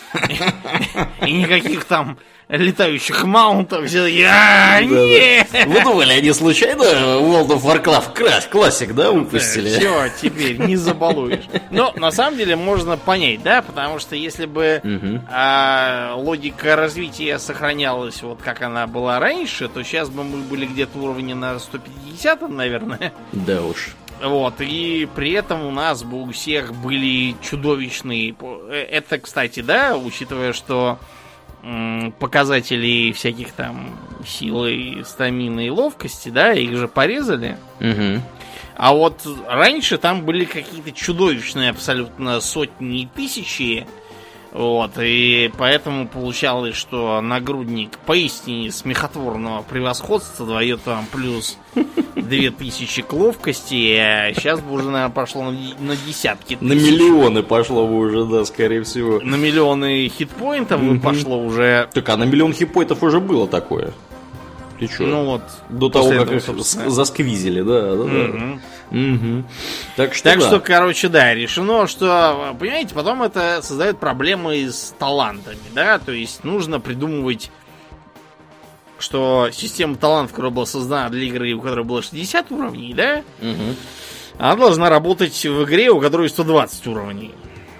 [SPEAKER 2] И никаких там летающих маунтов. Нет!
[SPEAKER 1] Вы думали, они случайно World of Warcraft Classic, да, выпустили?
[SPEAKER 2] Все, теперь не забалуешь. Но на самом деле можно понять, да, потому что если бы логика развития сохранялась вот как она была раньше, то сейчас бы мы были где-то уровне на сто пятидесятом, наверное.
[SPEAKER 1] Да уж.
[SPEAKER 2] Вот, и при этом у нас бы у всех были чудовищные... Это, кстати, да, учитывая, что показателей всяких там силы, стамины и ловкости, да, их же порезали.
[SPEAKER 1] Угу.
[SPEAKER 2] А вот раньше там были какие-то чудовищные абсолютно сотни и тысячи. Вот, и поэтому получалось, что нагрудник поистине смехотворного превосходства дает вам плюс две тысячи к ловкости, а сейчас бы уже, наверное, пошло на, на десятки тысяч.
[SPEAKER 1] На миллионы пошло бы уже, да, скорее всего.
[SPEAKER 2] На миллионы хитпоинтов mm-hmm. пошло уже.
[SPEAKER 1] Так, а на миллион хитпоинтов уже было такое. Ты чё?
[SPEAKER 2] Ну вот.
[SPEAKER 1] До того, как их засквизили, да, да,
[SPEAKER 2] mm-hmm.
[SPEAKER 1] да. Угу. Так, что,
[SPEAKER 2] так
[SPEAKER 1] да.
[SPEAKER 2] что, короче, да, решено, что, понимаете, потом это создает проблемы с талантами, да, то есть нужно придумывать, что система талантов, которая была создана для игры, у которой было шестьдесят уровней, да,
[SPEAKER 1] угу.
[SPEAKER 2] она должна работать в игре, у которой сто двадцать уровней.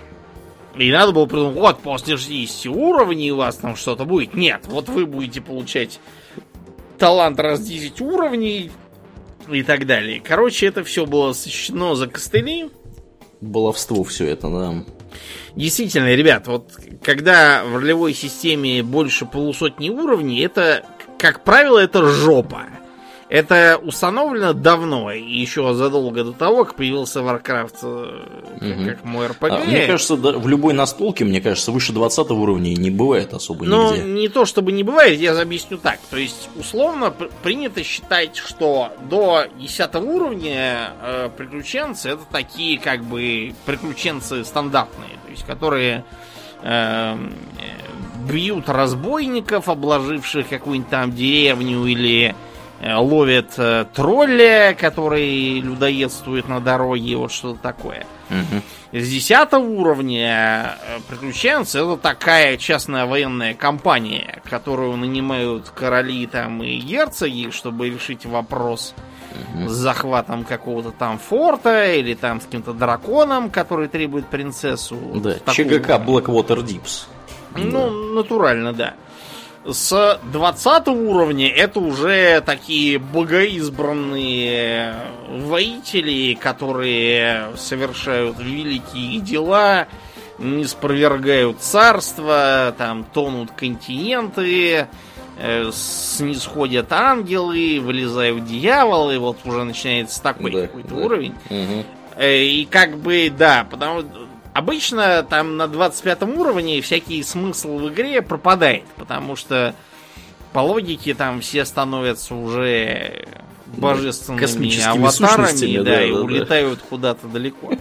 [SPEAKER 2] И надо было придумать, вот, после шестидесяти уровней у вас там что-то будет. Нет, вот вы будете получать талант раз десять уровней и так далее. Короче, это все было сочтено за костыли.
[SPEAKER 1] Баловство все это, да.
[SPEAKER 2] Действительно, ребят, вот когда в ролевой системе больше полусотни уровней, это, как правило, это жопа. Это установлено давно, еще задолго до того, как появился Warcraft угу. как мой эр пи джи.
[SPEAKER 1] А, мне кажется, да, в любой настолке, мне кажется, выше двадцатого уровня не бывает особо
[SPEAKER 2] Но
[SPEAKER 1] нигде.
[SPEAKER 2] Не то чтобы не бывает, я объясню так. То есть, условно, принято считать, что до десятого уровня э, приключенцы это такие, как бы, приключенцы стандартные, то есть, которые э, бьют разбойников, обложивших какую-нибудь там деревню, или ловят э, тролля, который людоедствует на дороге, вот что-то такое. Угу. С десятого уровня э, приключенцы это такая частная военная компания, которую нанимают короли там и герцоги, чтобы решить вопрос угу. с захватом какого-то там форта или там с каким-то драконом, который требует принцессу.
[SPEAKER 1] Да, ЧГК Blackwater Deeps.
[SPEAKER 2] Ну, да. Натурально, да. С двадцатого уровня это уже такие богоизбранные воители, которые совершают великие дела, не спровергают царства, там тонут континенты, э, снисходят ангелы, вылезают дьяволы, вот уже начинается такой да, какой-то да. уровень. Угу. Э, и как бы, да, потому что обычно там на двадцать пятом уровне всякий смысл в игре пропадает, потому что по логике там все становятся уже божественными аватарами, да, да, и да, улетают да. куда-то далеко.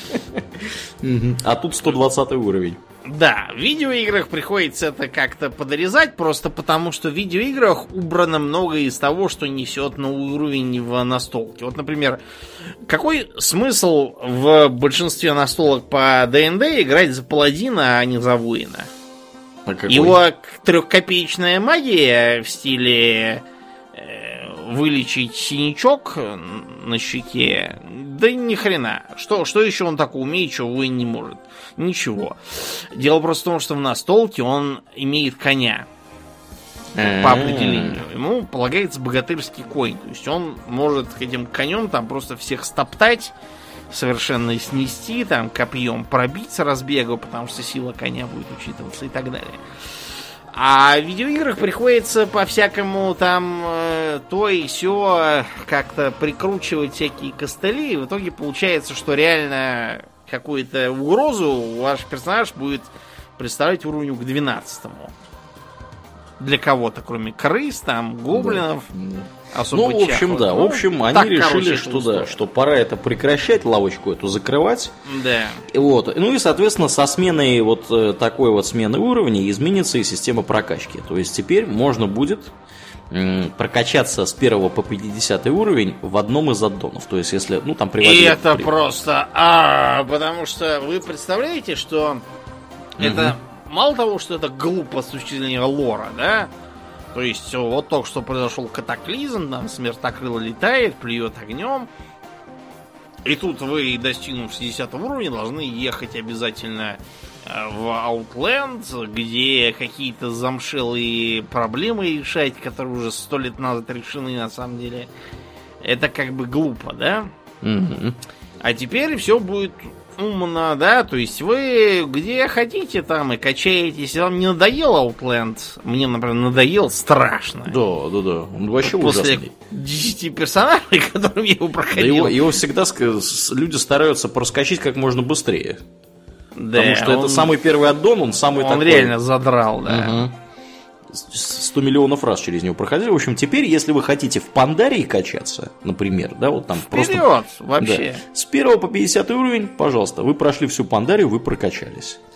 [SPEAKER 1] А тут сто двадцатый уровень.
[SPEAKER 2] Да, в видеоиграх приходится это как-то подрезать, просто потому что в видеоиграх убрано многое из того, что несет новый уровень в настолке. Вот, например, какой смысл в большинстве настолок по ди энд ди играть за паладина, а не за воина? А его трехкопеечная магия в стиле э, вылечить синячок на щеке, да ни хрена. Что, что еще он так умеет, чего воин не может? Ничего. Дело просто в том, что в настолке он имеет коня. По определению. Ему полагается богатырский конь. То есть он может этим конем там просто всех стоптать, совершенно снести, там копьем пробить с разбегу, потому что сила коня будет учитываться и так далее. А в видеоиграх приходится по-всякому там э, то и сё как-то прикручивать всякие костыли. И в итоге получается, что реально какую-то угрозу ваш персонаж будет представлять уровню к двенадцатому. Для кого-то, кроме крыс, там, гоблинов. Да.
[SPEAKER 1] Ну, в общем, да. Ну, в общем, они так, решили, короче, что, да, что пора это прекращать, лавочку эту закрывать.
[SPEAKER 2] Да.
[SPEAKER 1] И вот. Ну и, соответственно, со сменой вот такой вот смены уровней изменится и система прокачки. То есть теперь можно будет м, прокачаться с первого по пятидесятый уровень в одном из аддонов. То есть, если, ну, там приводили...
[SPEAKER 2] И это
[SPEAKER 1] при...
[SPEAKER 2] просто... А, потому что вы представляете, что угу. это... Мало того, что это глупо с точки зрения лора, да? То есть, вот только что произошел катаклизм, там смертокрыло летает, плюет огнем. И тут вы, достигнув шестидесятого уровня, должны ехать обязательно в Outland, где какие-то замшелые проблемы решать, которые уже сто лет назад решены на самом деле. Это как бы глупо, да?
[SPEAKER 1] Mm-hmm.
[SPEAKER 2] А теперь все будет умно, да? То есть вы где хотите там и качаетесь. Если вам не надоел Outland, мне, например, надоел страшно.
[SPEAKER 1] Да, да, да. Он вообще
[SPEAKER 2] После
[SPEAKER 1] ужасный.
[SPEAKER 2] десяти персонажей, которым я его проходил.
[SPEAKER 1] Да его, его всегда люди стараются проскочить как можно быстрее. Да, потому что он, это самый первый аддон, он самый
[SPEAKER 2] он
[SPEAKER 1] такой...
[SPEAKER 2] Он реально задрал, да.
[SPEAKER 1] Угу. сто миллионов раз через него проходили. В общем, теперь, если вы хотите в Пандарии качаться, например, да, вот там
[SPEAKER 2] вперед,
[SPEAKER 1] просто...
[SPEAKER 2] вообще.
[SPEAKER 1] Да, с первого по пятидесятый уровень, пожалуйста, вы прошли всю Пандарию, вы прокачались.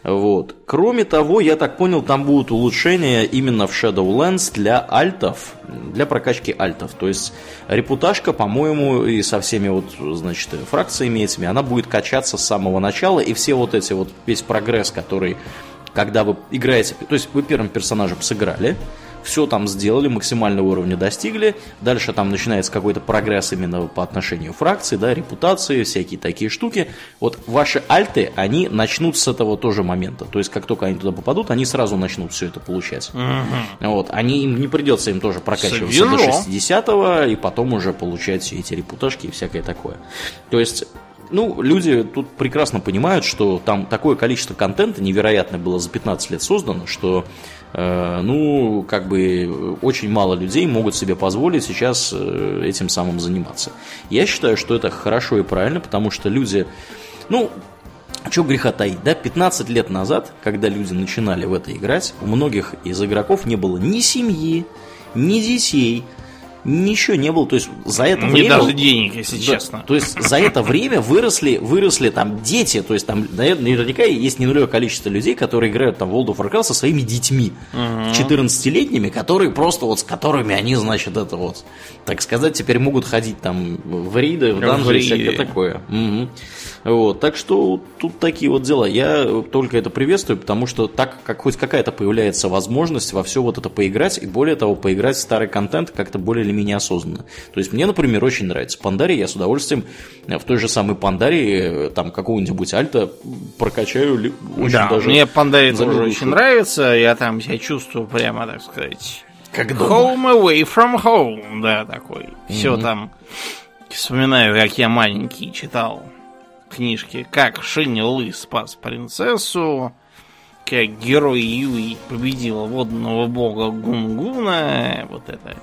[SPEAKER 1] Вот. Кроме того, я так понял, там будут улучшения именно в Shadowlands для альтов, для прокачки альтов. То есть репуташка, по-моему, и со всеми вот, значит, фракциями этими, она будет качаться с самого начала, и все вот эти вот, весь прогресс, который, когда вы играете, то есть вы первым персонажем сыграли, все там сделали, максимального уровня достигли. Дальше там начинается какой-то прогресс именно по отношению фракций, да, репутации, всякие такие штуки. Вот ваши альты, они начнут с этого тоже момента. То есть, как только они туда попадут, они сразу начнут все это получать. Угу. Вот. Они, им не придется им тоже прокачиваться Свежо. До шестидесятого и потом уже получать все эти репуташки и всякое такое. То есть... Ну, люди тут прекрасно понимают, что там такое количество контента невероятное было за пятнадцать лет создано, что, э, ну, как бы очень мало людей могут себе позволить сейчас э, этим самым заниматься. Я считаю, что это хорошо и правильно, потому что люди, ну, что греха таить, да, пятнадцать лет назад, когда люди начинали в это играть, у многих из игроков не было ни семьи, ни детей, ничего не было, то есть за это
[SPEAKER 2] не
[SPEAKER 1] время...
[SPEAKER 2] даже денег, если да, честно.
[SPEAKER 1] То есть за это время выросли, выросли там дети, то есть там наверняка есть ненулевое количество людей, которые играют там в World of Warcraft со своими детьми, uh-huh. четырнадцатилетними, которые просто вот с которыми они, значит, это вот, так сказать, теперь могут ходить там в рейды, в данжи и всякое такое. Угу. Вот, так что тут такие вот дела. Я только это приветствую, потому что так как хоть какая-то появляется возможность во все вот это поиграть, и более того, поиграть в старый контент как-то более или менее осознанно. То есть мне, например, очень нравится Пандария, я с удовольствием в той же самой Пандарии там какого-нибудь альта прокачаю очень
[SPEAKER 2] да,
[SPEAKER 1] даже.
[SPEAKER 2] Мне Пандария тоже очень нравится, я там себя чувствую прямо, так сказать,
[SPEAKER 1] как
[SPEAKER 2] home away from home, да, такой. Все mm-hmm. там вспоминаю, как я маленький читал книжки, как Шинь Лы спас принцессу, как герой Юй победил водного бога Гунгуна, вот это.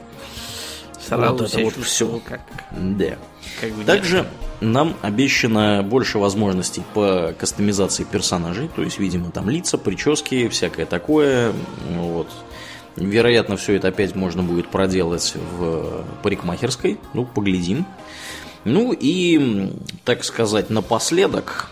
[SPEAKER 2] Сразу
[SPEAKER 1] вот это вот все.
[SPEAKER 2] Как,
[SPEAKER 1] да.
[SPEAKER 2] Как
[SPEAKER 1] Также нам обещано больше возможностей по кастомизации персонажей, то есть, видимо, там лица, прически, всякое такое. Вот. Вероятно, все это опять можно будет проделать в парикмахерской. Ну, поглядим. Ну и, так сказать, напоследок,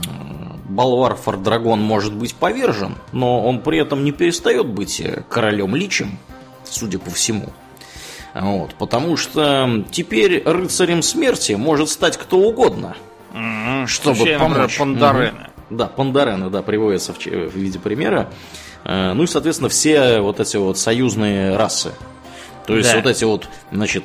[SPEAKER 1] Балвар Фордрагон может быть повержен, но он при этом не перестает быть королем личем, судя по всему. Вот, потому что теперь рыцарем смерти может стать кто угодно,
[SPEAKER 2] mm-hmm.
[SPEAKER 1] чтобы
[SPEAKER 2] Случайно,
[SPEAKER 1] помочь.
[SPEAKER 2] Пандарены.
[SPEAKER 1] Mm-hmm. Да, Пандарены, да, приводятся в, в виде примера. Ну и, соответственно, все вот эти вот союзные расы. То есть да. вот эти вот, значит,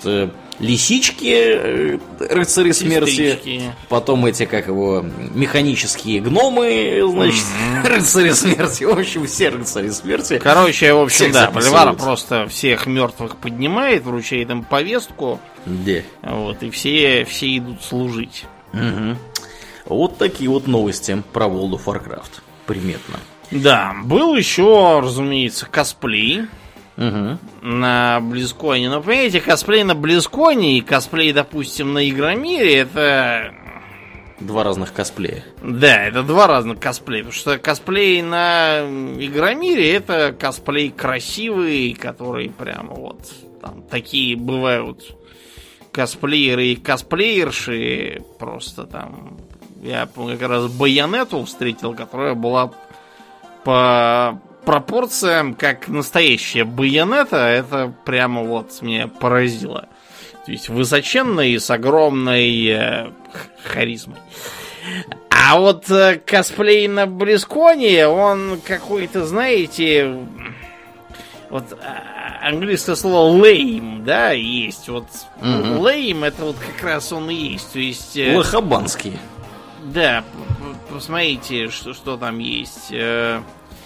[SPEAKER 1] лисички, рыцари смерти,
[SPEAKER 2] Сестрички.
[SPEAKER 1] Потом эти, как его, механические гномы, значит, mm-hmm. рыцари смерти, в общем, все рыцари смерти.
[SPEAKER 2] Короче, в общем, да, Боливар просто всех мертвых поднимает, вручает им повестку,
[SPEAKER 1] да.
[SPEAKER 2] Вот, и все, все идут служить.
[SPEAKER 1] Угу. Вот такие вот новости про World of Warcraft, приметно.
[SPEAKER 2] Да, был еще, разумеется, косплей.
[SPEAKER 1] Угу.
[SPEAKER 2] На Близконе. Но понимаете, косплей на Близконе и косплей, допустим, на Игромире, это...
[SPEAKER 1] Два разных косплея.
[SPEAKER 2] Да, это два разных косплея. Потому что косплей на Игромире это косплей красивый, который прямо вот там такие бывают косплееры и косплеерши. Просто там... Я помню, как раз Байонету встретил, которая была по пропорциям, как настоящая Байонета. Это прямо вот меня поразило. То есть высоченная и с огромной э, харизмой. А вот э, косплей на Близконе, он какой-то, знаете... Вот а, английское слово lame, да, есть. Вот mm-hmm. lame, это вот как раз он и есть. То есть... Э,
[SPEAKER 1] Лохобанский.
[SPEAKER 2] Да, посмотрите, что, что там есть. Э,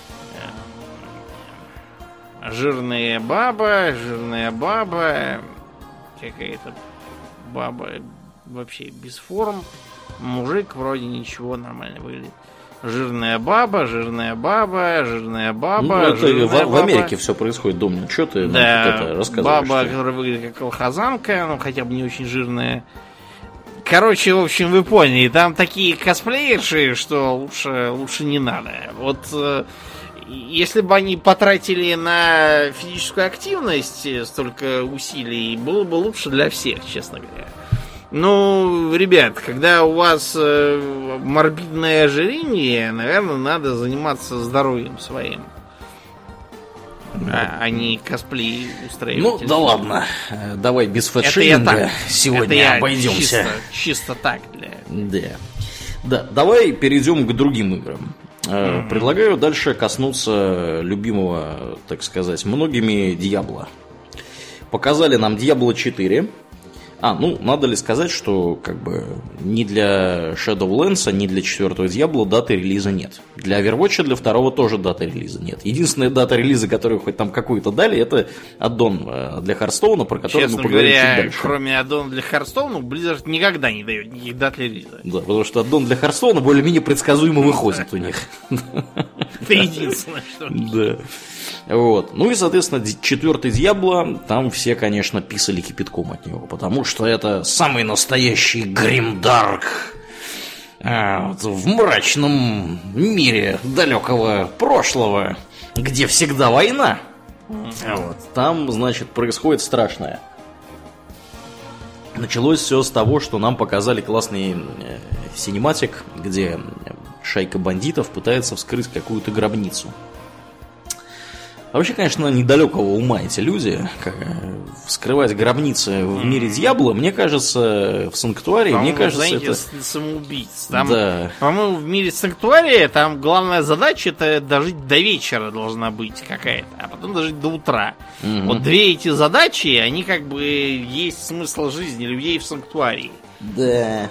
[SPEAKER 2] э, жирная баба, жирная баба, какая-то баба вообще без форм. Мужик вроде ничего, нормально выглядит. Жирная баба, жирная баба, жирная баба. Ну, это
[SPEAKER 1] жирная в, баба. В Америке все происходит, Домнин. Что ты
[SPEAKER 2] да,
[SPEAKER 1] нам тут это рассказываешь?
[SPEAKER 2] Баба, которая выглядит как колхозанка, ну хотя бы не очень жирная. Короче, в общем, вы поняли, там такие косплеерши, что лучше, лучше не надо. Вот э, если бы они потратили на физическую активность столько усилий, было бы лучше для всех, честно говоря. Ну, ребят, когда у вас э, морбидное ожирение, наверное, надо заниматься здоровьем своим. А, а не косплей устраивать.
[SPEAKER 1] Ну, да ладно. Давай без фэтшейминга сегодня
[SPEAKER 2] это
[SPEAKER 1] обойдемся.
[SPEAKER 2] Чисто, чисто так для...
[SPEAKER 1] Да. Да, давай перейдем к другим играм. Mm-hmm. Предлагаю дальше коснуться любимого, так сказать, многими Diablo. Показали нам Diablo четыре. А, ну, надо ли сказать, что как бы ни для Shadowlands, ни для четвертого Diablo даты релиза нет. Для Overwatch, для второго тоже даты релиза нет. Единственная дата релиза, которую хоть там какую-то дали, это аддон для Hearthstone, про который
[SPEAKER 2] Честно
[SPEAKER 1] мы поговорим
[SPEAKER 2] говоря,
[SPEAKER 1] чуть дальше.
[SPEAKER 2] Кроме аддона для Hearthstone, Blizzard никогда не дает никаких дат релиза.
[SPEAKER 1] Да, потому что аддон для Hearthstone более-менее предсказуемо выходит у них.
[SPEAKER 2] Это единственное, что...
[SPEAKER 1] Да. Вот. Ну и, соответственно, четвертый Diablo, там все, конечно, писали кипятком от него, потому что это самый настоящий гримдарк вот, в мрачном мире далекого прошлого, где всегда война. Вот. Там, значит, происходит страшное. Началось все с того, что нам показали классный синематик, где шайка бандитов пытается вскрыть какую-то гробницу. А вообще, конечно, недалекого ума эти люди. Как, вскрывать гробницы в мире Дьябло, мне кажется, в Санктуарии, мне кажется,
[SPEAKER 2] знаете,
[SPEAKER 1] это...
[SPEAKER 2] самоубийц. Там,
[SPEAKER 1] да.
[SPEAKER 2] По-моему, в мире Санктуария там главная задача это дожить до вечера должна быть какая-то, а потом дожить до утра.
[SPEAKER 1] Угу.
[SPEAKER 2] Вот две эти задачи, они как бы есть смысл жизни людей в Санктуарии.
[SPEAKER 1] Да.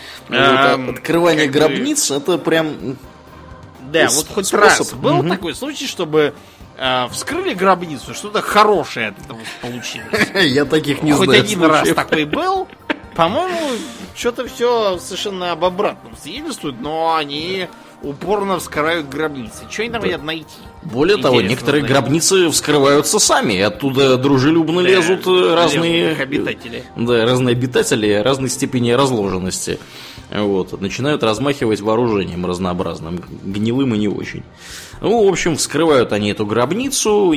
[SPEAKER 2] А,
[SPEAKER 1] вот, открывание
[SPEAKER 2] как
[SPEAKER 1] гробниц, бы... это прям...
[SPEAKER 2] Да, вот хоть способ. раз был угу. такой случай, чтобы... вскрыли гробницу, что-то хорошее от этого получилось.
[SPEAKER 1] Я таких не
[SPEAKER 2] Хоть
[SPEAKER 1] знаю.
[SPEAKER 2] Хоть один случаев. раз такой был. По-моему, что-то все совершенно об обратном свидетельствует, но они упорно вскрывают гробницы. Что они там хотят найти?
[SPEAKER 1] Более Интересно того, некоторые найти. гробницы вскрываются сами, и оттуда дружелюбно да, лезут разные
[SPEAKER 2] лезут обитатели.
[SPEAKER 1] Да, разные обитатели разной степени разложенности. Вот, начинают размахивать вооружением разнообразным, гнилым и не очень. Ну, в общем, вскрывают они эту гробницу,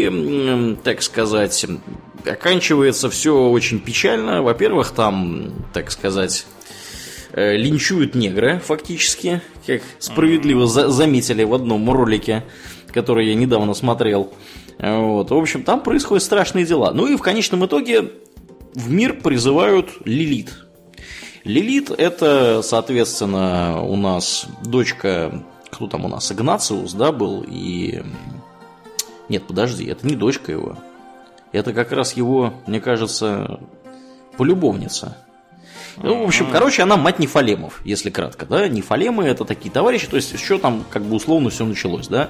[SPEAKER 1] и, так сказать, оканчивается все очень печально. Во-первых, там, так сказать, линчуют негры, фактически, как справедливо за- заметили в одном ролике, который я недавно смотрел. Вот. В общем, там происходят страшные дела. Ну и в конечном итоге в мир призывают Лилит. Лилит – это, соответственно, у нас дочка... Кто там у нас? Игнациус, да, был? И... Нет, подожди, это не дочка его. Это как раз его, мне кажется, полюбовница. Ну, в общем, короче, она мать Нефалемов, если кратко, да. Нефалемы – это такие товарищи, то есть, еще там, как бы, условно все началось, да.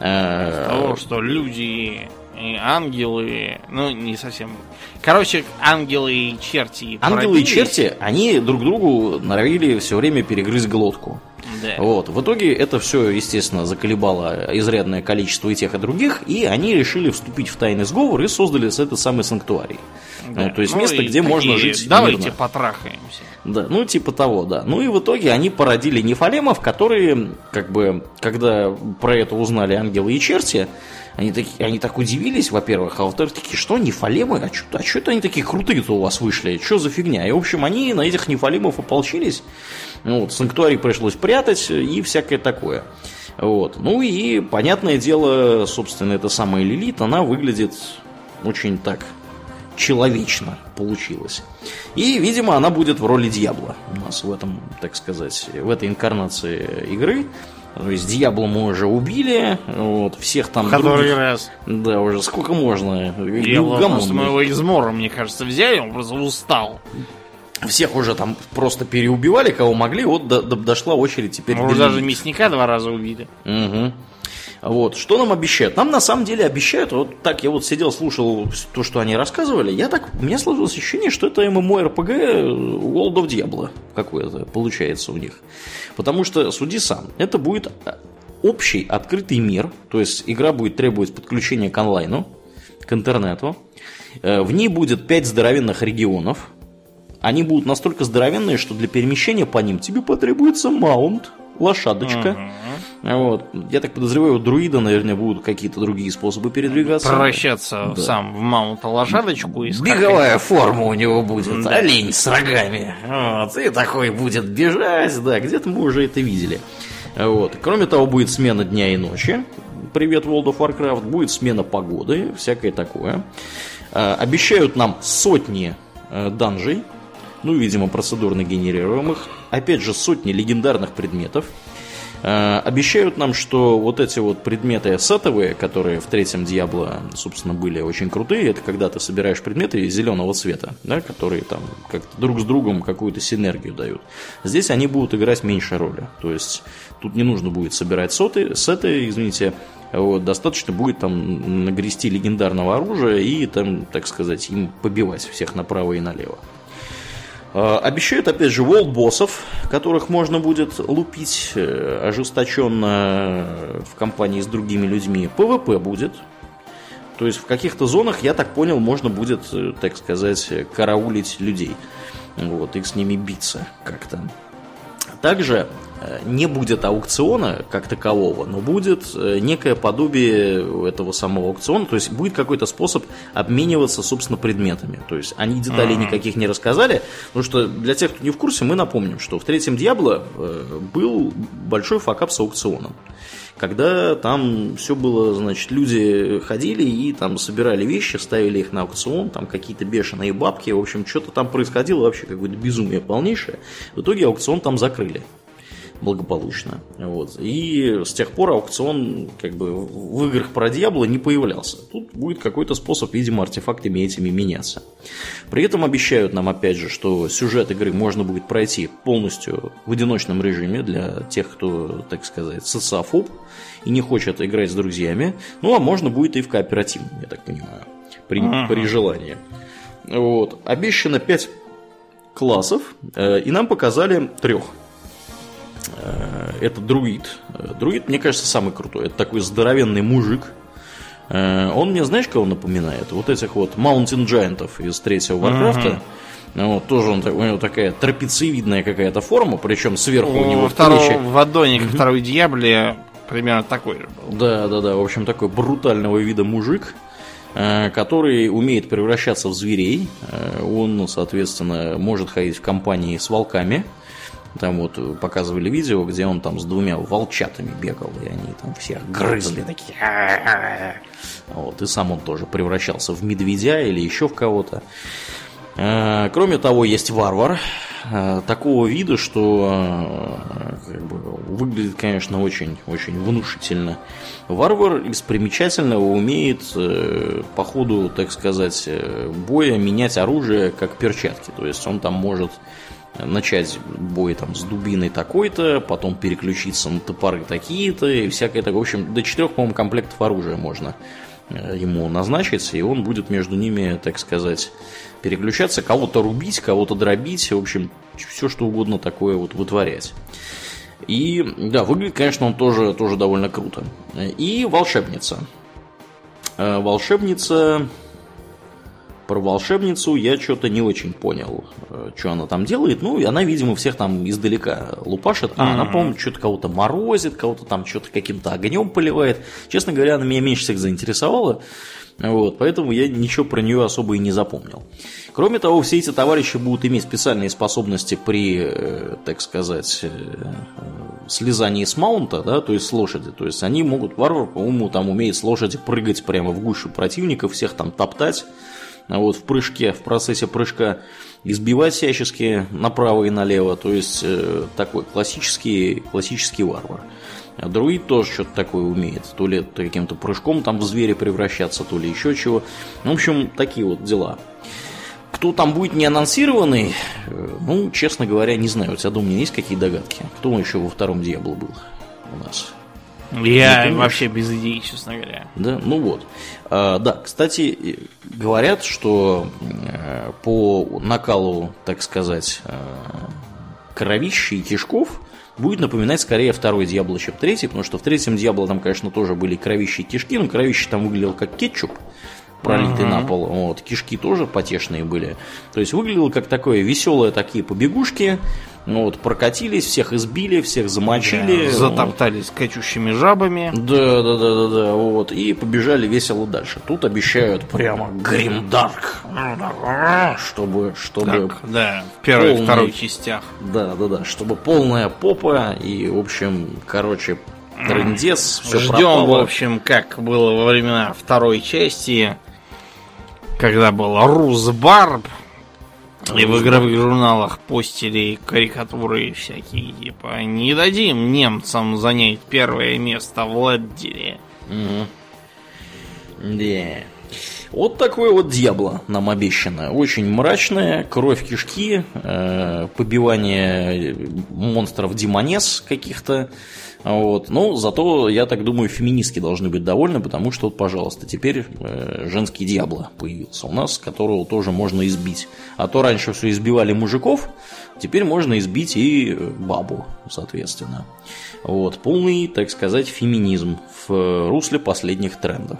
[SPEAKER 2] С того, что люди... И ангелы, ну не совсем. Короче, ангелы и черти.
[SPEAKER 1] Ангелы и черти, они друг другу норовили все время перегрызть глотку. Да. Вот. В итоге это все, естественно, заколебало изрядное количество и тех, и других, и они решили вступить в тайный сговор и создали этот самый санктуарий. Да. Ну, то есть ну, место, где такие, можно жить
[SPEAKER 2] давайте
[SPEAKER 1] мирно.
[SPEAKER 2] Потрахаемся.
[SPEAKER 1] Да, ну типа того, да. Ну и в итоге они породили нефалемов, которые, как бы, когда про это узнали ангелы и черти, Они, такие, они так удивились, во-первых, а во-вторых, такие, что, нефалемы? А что а это они такие крутые-то у вас вышли? Что за фигня? И, в общем, они на этих нефалемов ополчились. Вот, санктуарий пришлось прятать и всякое такое. Вот. Ну и, понятное дело, собственно, эта самая Лилит, она выглядит очень так человечно получилось. И, видимо, она будет в роли Дьябла у нас в этом, так сказать, в этой инкарнации игры. То есть Дьябло мы уже убили, вот, всех там
[SPEAKER 2] который
[SPEAKER 1] других...
[SPEAKER 2] раз.
[SPEAKER 1] Да, уже сколько можно.
[SPEAKER 2] Дьябло, просто мы его измора, мне кажется, взяли, он просто устал.
[SPEAKER 1] Всех уже там просто переубивали, кого могли, вот до, до, дошла очередь теперь.
[SPEAKER 2] Мы даже мясника два раза убили.
[SPEAKER 1] Угу. Вот, что нам обещают? Нам на самом деле обещают, вот так я вот сидел, слушал то, что они рассказывали, я так, у меня сложилось ощущение, что это MMORPG World of Diablo какое-то получается у них. Потому что, суди сам, это будет общий открытый мир, то есть игра будет требовать подключения к онлайну, к интернету, в ней будет пять здоровенных регионов, они будут настолько здоровенные, что для перемещения по ним тебе потребуется маунт, лошадочка. Угу. Вот. Я так подозреваю, у друида, наверное, будут какие-то другие способы передвигаться.
[SPEAKER 2] Превращаться да. сам в маунта-лошадочку. И
[SPEAKER 1] беговая форма у него будет, да. Олень с рогами. Вот. И такой будет бежать. Да, где-то мы уже это видели. Вот. Кроме того, будет смена дня и ночи. Привет, World of Warcraft. Будет смена погоды, всякое такое. Обещают нам сотни данжей. Ну, видимо, процедурно генерируемых. Опять же, сотни легендарных предметов. Э, обещают нам, что вот эти вот предметы сетовые, которые в третьем Диабло, собственно, были очень крутые, это когда ты собираешь предметы зеленого цвета, да, которые там как-то друг с другом какую-то синергию дают. Здесь они будут играть меньшей роли. То есть тут не нужно будет собирать соты, сеты, извините, вот, достаточно будет там нагрести легендарного оружия и там, так сказать, им побивать всех направо и налево. Обещают, опять же, волд-боссов, которых можно будет лупить ожесточенно в компании с другими людьми. ПВП будет. То есть в каких-то зонах, я так понял, можно будет, так сказать, караулить людей. Вот, и с ними биться как-то. Также не будет аукциона как такового, но будет некое подобие этого самого аукциона, то есть будет какой-то способ обмениваться, собственно, предметами. То есть они деталей никаких не рассказали, потому что для тех, кто не в курсе, мы напомним, что в третьем Диабло был большой факап с аукционом. Когда там все было, значит, люди ходили и там собирали вещи, ставили их на аукцион, там какие-то бешеные бабки, в общем, что-то там происходило, вообще какое-то безумие полнейшее. В итоге аукцион там закрыли благополучно. Вот. И с тех пор аукцион как бы в играх про Диабло не появлялся. Тут будет какой-то способ, видимо, артефактами этими меняться. При этом обещают нам, опять же, что сюжет игры можно будет пройти полностью в одиночном режиме для тех, кто, так сказать, социофоб и не хочет играть с друзьями. Ну, а можно будет и в кооперативном, я так понимаю, при, ага. при желании. Вот. Обещано пять классов, и нам показали трех. Это друид. Друид, мне кажется, самый крутой. Это такой здоровенный мужик. Он мне, знаешь, кого напоминает? Вот этих вот Mountain Giant'ов из третьего Варкрафта. Uh-huh. Вот, тоже он, у него такая трапециевидная какая-то форма, причем сверху у, у него
[SPEAKER 2] второго, в аддоне, uh-huh. второй Диабле примерно такой же был.
[SPEAKER 1] Да, да, да. В общем, такой брутального вида мужик, который умеет превращаться в зверей. Он, соответственно, может ходить в компании с волками. Там вот показывали видео, где он там с двумя волчатами бегал, и они там всех грызли такие. Вот, и сам он тоже превращался в медведя или еще в кого-то. Кроме того, есть варвар такого вида, что как бы, выглядит, конечно, очень-очень внушительно. Варвар из примечательного умеет по ходу, так сказать, боя менять оружие как перчатки. То есть он там может начать бой там с дубиной такой-то, потом переключиться на топоры такие-то и всякое такое. В общем, до четырех, по-моему, комплектов оружия можно ему назначить, и он будет между ними, так сказать, переключаться, кого-то рубить, кого-то дробить, в общем, все что угодно такое вот вытворять. И, да, выглядит, конечно, он тоже, тоже довольно круто. И волшебница. Волшебница... Про волшебницу я что-то не очень понял, что она там делает. Ну, и она, видимо, всех там издалека лупашит. А, mm-hmm. она, по-моему, что-то кого-то морозит, кого-то там что-то каким-то огнем поливает. Честно говоря, она меня меньше всех заинтересовала. Вот, поэтому я ничего про нее особо и не запомнил. Кроме того, все эти товарищи будут иметь специальные способности при, так сказать, слезании с маунта, да, то есть с лошади. То есть они могут, варвар, по-моему, там умеет с лошади прыгать прямо в гущу противников, всех там топтать. Вот, в прыжке, в процессе прыжка избивать всячески направо и налево. То есть э, такой классический, классический варвар. А друид тоже что-то такое умеет. То ли каким-то прыжком там в зверя превращаться, то ли еще чего. В общем, такие вот дела. Кто там будет не анонсированный, э, ну, честно говоря, не знаю. У тебя, думаю, есть какие догадки? Кто еще во втором Диабло был у нас?
[SPEAKER 2] Я вообще без идей, честно говоря.
[SPEAKER 1] Да, ну вот. А, да, кстати, говорят, что а, по накалу, так сказать, а, кровищи и кишков будет напоминать скорее второй Диабло, чем третий, потому что в третьем Диабло там, конечно, тоже были кровищи и кишки, но кровище там выглядело как кетчуп, пролитый uh-huh. на пол. Вот, кишки тоже потешные были. То есть выглядело как такое веселое такие побегушки. Ну, вот, прокатились, всех избили, всех замочили.
[SPEAKER 2] Да, затоптались вот. Качущими жабами.
[SPEAKER 1] Да, да, да, да, да, вот. И побежали весело дальше. Тут обещают прямо гримдарк. Чтобы, чтобы...
[SPEAKER 2] Как, да, в первой и второй частях.
[SPEAKER 1] Да, да, да, чтобы полная попа и, в общем, короче, трындец, все
[SPEAKER 2] Ждем,
[SPEAKER 1] пропало.
[SPEAKER 2] в общем, как было во времена второй части, когда был Русбарб, и в игровых журналах постили карикатуры всякие, типа «Не дадим немцам занять первое место в ладере».
[SPEAKER 1] Угу. Да. Вот такое вот Диабло нам обещано. Очень мрачное, кровь, кишки, э, побивание монстров демонес каких-то. Вот. Но зато, я так думаю, феминистки должны быть довольны, потому что, вот, пожалуйста, теперь э, женский Диабло появился у нас, которого тоже можно избить. А то раньше все избивали мужиков, теперь можно избить и бабу, соответственно. Вот. Полный, так сказать, феминизм в русле последних трендов.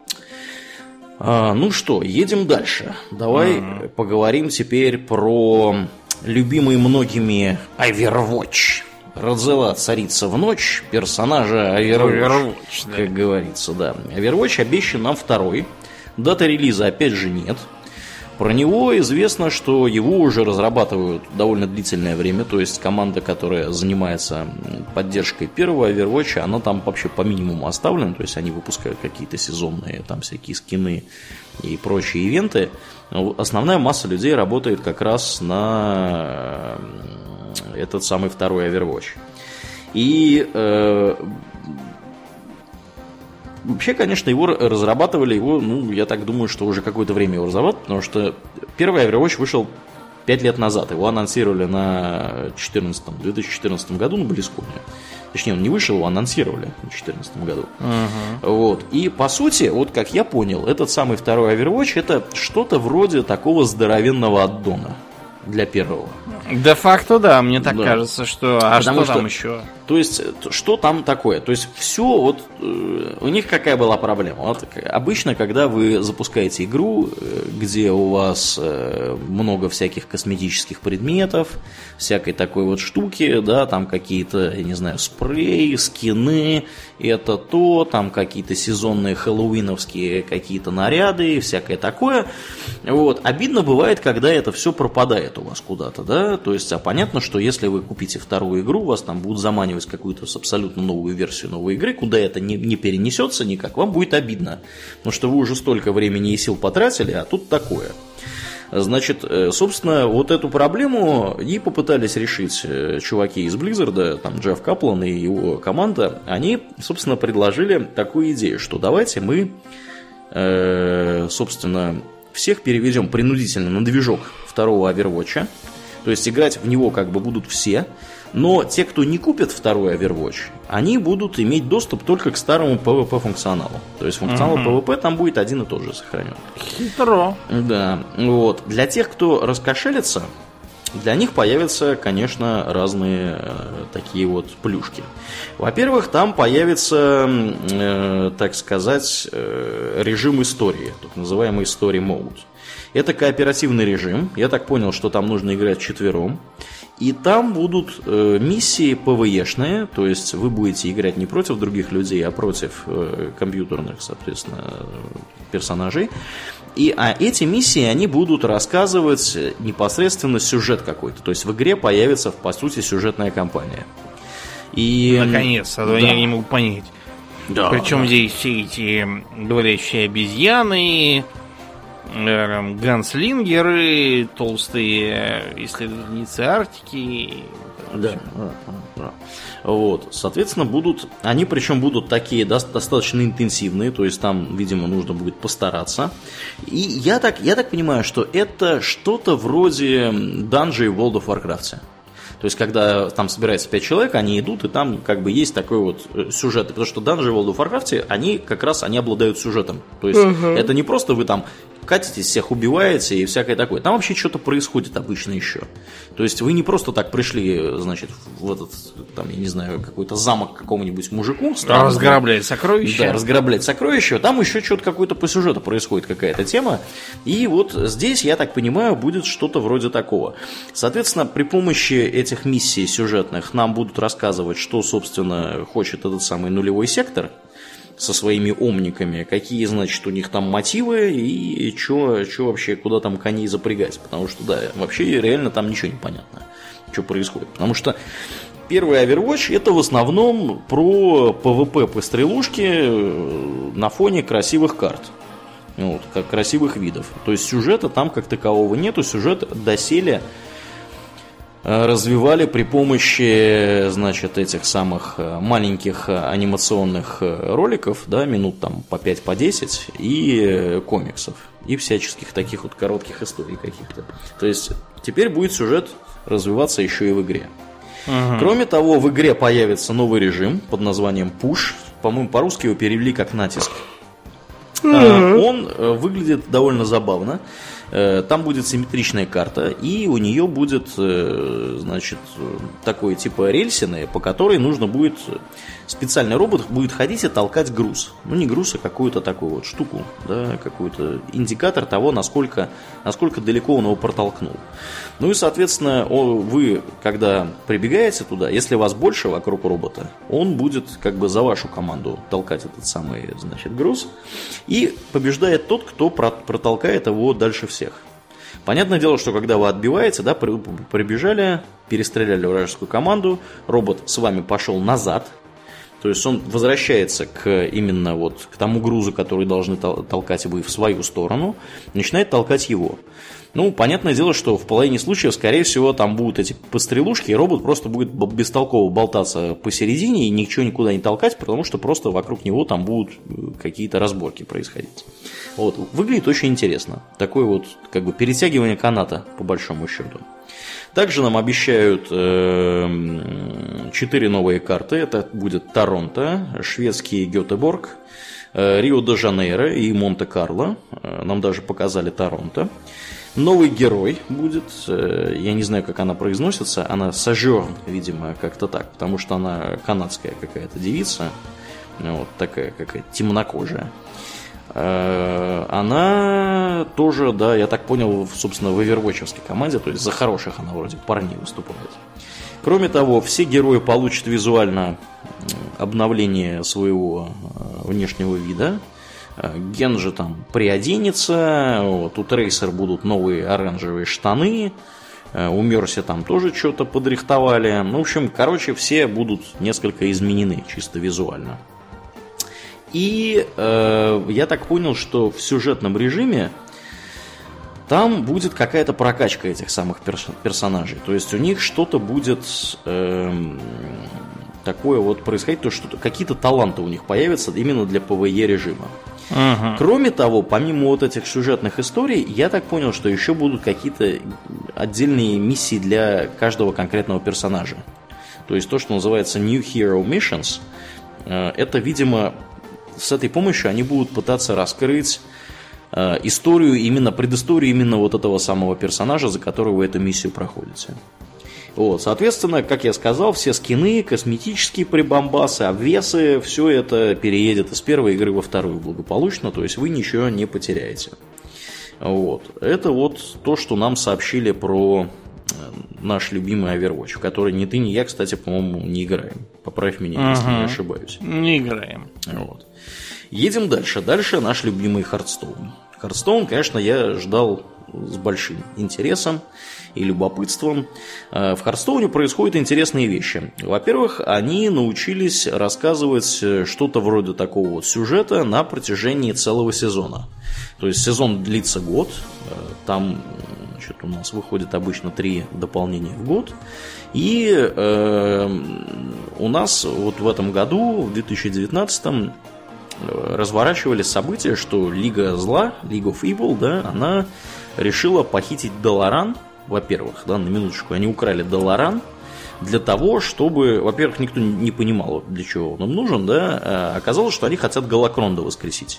[SPEAKER 1] А, ну что, едем дальше. Давай mm-hmm. поговорим теперь про любимый многими Overwatch. Родзела царица в ночь, персонажа Overwatch, Overwatch да. как говорится, да. Overwatch обещан нам второй. Даты релиза опять же нет. Про него известно, что его уже разрабатывают довольно длительное время. То есть команда, которая занимается поддержкой первого Overwatch, она там вообще по минимуму оставлена. То есть они выпускают какие-то сезонные там всякие скины и прочие ивенты. Но основная масса людей работает как раз на этот самый второй Overwatch. И э, вообще, конечно, его разрабатывали, его, ну, я так думаю, что уже какое-то время его разрабатывали, потому что первый Overwatch вышел пять лет назад. Его анонсировали на две тысячи четырнадцатом году на BlizzCon. Точнее, он не вышел, его анонсировали в две тысячи четырнадцатом году. Uh-huh. Вот. И, по сути, вот как я понял, этот самый второй Overwatch это что-то вроде такого здоровенного аддона для первого.
[SPEAKER 2] Де-факто, да, мне так
[SPEAKER 1] да.
[SPEAKER 2] кажется, что... А
[SPEAKER 1] Потому
[SPEAKER 2] что там
[SPEAKER 1] что,
[SPEAKER 2] еще?
[SPEAKER 1] То есть, что там такое? То есть, все, вот, э, у них какая была проблема? Вот, обычно, когда вы запускаете игру, где у вас э, много всяких косметических предметов, всякой такой вот штуки, да, там какие-то, я не знаю, спреи, скины, это то, там какие-то сезонные хэллоуиновские какие-то наряды, всякое такое. Вот. Обидно бывает, когда это все пропадает у вас куда-то, да, то есть, а понятно, что если вы купите вторую игру, вас там будут заманивать какую-то абсолютно новую версию новой игры, куда это не, не перенесется никак, вам будет обидно, потому что вы уже столько времени и сил потратили, а тут такое. Значит, собственно, вот эту проблему и попытались решить чуваки из Blizzard, там Джефф Каплан и его команда. Они, собственно, предложили такую идею, что давайте мы, собственно, всех переведем принудительно на движок второго Overwatch. То есть играть в него как бы будут все. Но те, кто не купит второй Overwatch, они будут иметь доступ только к старому пэ вэ пэ-функционалу. То есть функционал uh-huh. пэ вэ пэ там будет один и тот же сохранен.
[SPEAKER 2] Хитро.
[SPEAKER 1] Да, вот. Для тех, кто раскошелится, для них появятся, конечно, разные э, такие вот плюшки. Во-первых, там появится, э, так сказать, э, режим истории, так называемый Story Mode. Это кооперативный режим. Я так понял, что там нужно играть вчетвером. И там будут э, миссии пэ вэ ешные, то есть вы будете играть не против других людей, а против э, компьютерных, соответственно, персонажей. И, а эти миссии, они будут рассказывать непосредственно сюжет какой-то. То есть в игре появится, по сути, сюжетная кампания. И,
[SPEAKER 2] наконец-то, да. Я не могу понять. Да, Причем да. здесь все эти говорящие обезьяны, ганслингеры, толстые исследовательницы Арктики.
[SPEAKER 1] Да. Вот, соответственно, будут, они причем будут такие до, достаточно интенсивные, то есть там, видимо, нужно будет постараться. И я так, я так понимаю, что это что-то вроде данжей в World of Warcraft. То есть, когда там собирается пять человек, они идут, и там как бы есть такой вот сюжет. Потому что данжи в World of Warcraft, они как раз они обладают сюжетом. То есть, uh-huh. это не просто вы там катитесь, всех убиваете и всякое такое. Там вообще что-то происходит обычно еще. То есть вы не просто так пришли, значит, в этот, там, я не знаю, какой-то замок какому-нибудь мужику. Странному,
[SPEAKER 2] разграблять сокровища.
[SPEAKER 1] Да, разграблять сокровища. Там еще что-то какое-то по сюжету происходит, какая-то тема. И вот здесь, я так понимаю, будет что-то вроде такого. Соответственно, при помощи этих миссий сюжетных нам будут рассказывать, что, собственно, хочет этот самый нулевой сектор со своими омниками, какие, значит, у них там мотивы и что вообще, куда там коней запрягать. Потому что, да, вообще реально там ничего не понятно, что происходит. Потому что первый Overwatch это в основном про PvP по стрелушке на фоне красивых карт. Вот, как красивых видов. То есть сюжета там как такового нету. Сюжет доселе развивали при помощи, значит, этих самых маленьких анимационных роликов, да, минут там по пять, по десять, и комиксов, и всяческих таких вот коротких историй каких-то. То есть теперь будет сюжет развиваться еще и в игре. Угу. Кроме того, в игре появится новый режим под названием Push. По-моему, по-русски его перевели как натиск. Угу. Он выглядит довольно забавно. Там будет симметричная карта, и у нее будет, значит, такой типа рельсины, по которой нужно будет, специальный робот будет ходить и толкать груз. Ну, не груз, а какую-то такую вот штуку, да, какой-то индикатор того, насколько, насколько далеко он его протолкнул. Ну и, соответственно, вы, когда прибегаете туда, если вас больше вокруг робота, он будет как бы за вашу команду толкать этот самый, значит, груз, и побеждает тот, кто протолкает его дальше всех. Понятное дело, что когда вы отбиваете, да, прибежали, перестреляли вражескую команду, робот с вами пошел назад, то есть он возвращается к именно вот к тому грузу, который должны толкать вы в свою сторону, начинает толкать его. Ну, понятное дело, что в половине случаев, скорее всего, там будут эти пострелушки, и робот просто будет бестолково болтаться посередине и ничего никуда не толкать, потому что просто вокруг него там будут какие-то разборки происходить. Вот. Выглядит очень интересно. Такое вот как бы перетягивание каната, по большому счету. Также нам обещают четыре э, новые карты. Это будет Торонто, шведский Гетеборг, э, Рио-де-Жанейро и Монте-Карло. Э, нам даже показали Торонто. Новый герой будет, э, я не знаю, как она произносится, она Сожерн, видимо, как-то так, потому что она канадская какая-то девица, вот такая какая-то темнокожая. Она тоже, да, я так понял, собственно, в овервотчевской команде, то есть за хороших она вроде парней выступает. Кроме того, все герои получат визуально обновление своего внешнего вида. Генджи там приоденется, вот, у Трейсер будут новые оранжевые штаны, у Мерси там тоже что-то подрихтовали. Ну, в общем, короче, все будут несколько изменены чисто визуально. И э, я так понял, что в сюжетном режиме там будет какая-то прокачка этих самых перс- персонажей. То есть у них что-то будет э, такое вот происходить, то что какие-то таланты у них появятся именно для PvE режима. Uh-huh. Кроме того, помимо вот этих сюжетных историй, я так понял, что еще будут какие-то отдельные миссии для каждого конкретного персонажа. То есть то, что называется New Hero Missions, э, это, видимо, с этой помощью они будут пытаться раскрыть э, историю, именно предысторию именно вот этого самого персонажа, за которого вы эту миссию проходите. Вот, соответственно, как я сказал, все скины, косметические прибамбасы, обвесы, все это переедет из первой игры во вторую благополучно, то есть вы ничего не потеряете. Вот. Это вот то, что нам сообщили про наш любимый Overwatch, в который ни ты, ни я, кстати, по-моему, не играем. Поправь меня, uh-huh. если не ошибаюсь.
[SPEAKER 2] Не играем.
[SPEAKER 1] Вот. Едем дальше. Дальше наш любимый Hearthstone. Hearthstone, конечно, я ждал с большим интересом и любопытством. В Hearthstone происходят интересные вещи. Во-первых, они научились рассказывать что-то вроде такого вот сюжета на протяжении целого сезона. То есть сезон длится год, там, значит, у нас выходит обычно три дополнения в год. И э, у нас вот в этом году, в две тысячи девятнадцатом, разворачивались события, что Лига Зла, League of Evil, да, она решила похитить Долоран. Во-первых, да, на минуточку, они украли Долоран для того, чтобы, во-первых, никто не понимал, для чего он им нужен, да, а оказалось, что они хотят Галакронда воскресить.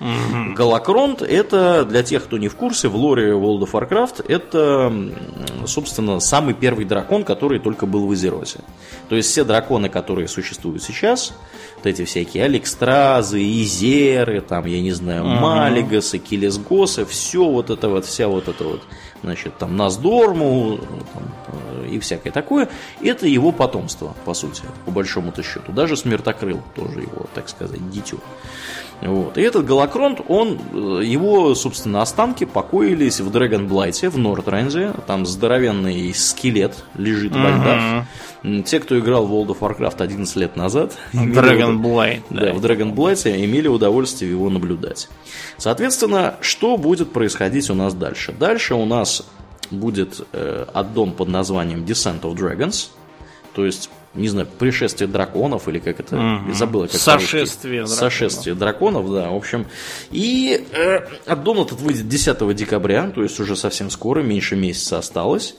[SPEAKER 1] Угу. Галакронт — это, для тех, кто не в курсе, в лоре World of Warcraft, это, собственно, самый первый дракон, который только был в Азероте. То есть все драконы, которые существуют сейчас, вот эти всякие Алекстразы, Изеры, там, я не знаю, угу. Малигасы, Келесгосы, все вот это вот, вся вот это вот, значит, там, Наздорму там, и всякое такое, это его потомство, по сути, по большому-то счету. Даже Смертокрыл тоже его, так сказать, дитё. Вот. И этот Галакронт, он, его, собственно, останки покоились в Драгонблайте, в Нордренде. Там здоровенный скелет лежит uh-huh. во льдах. Те, кто играл в World of Warcraft одиннадцать лет назад,
[SPEAKER 2] Dragonblight,
[SPEAKER 1] да, да, в Драгонблайте имели удовольствие его наблюдать. Соответственно, что будет происходить у нас дальше? Дальше у нас будет э, аддон под названием Descent of Dragons, то есть, не знаю, пришествие драконов, или как это, mm-hmm. забыла, как
[SPEAKER 2] Сошествие
[SPEAKER 1] драконов. Сошествие драконов, да, в общем. И э, аддон этот выйдет десятого декабря, то есть уже совсем скоро, меньше месяца осталось.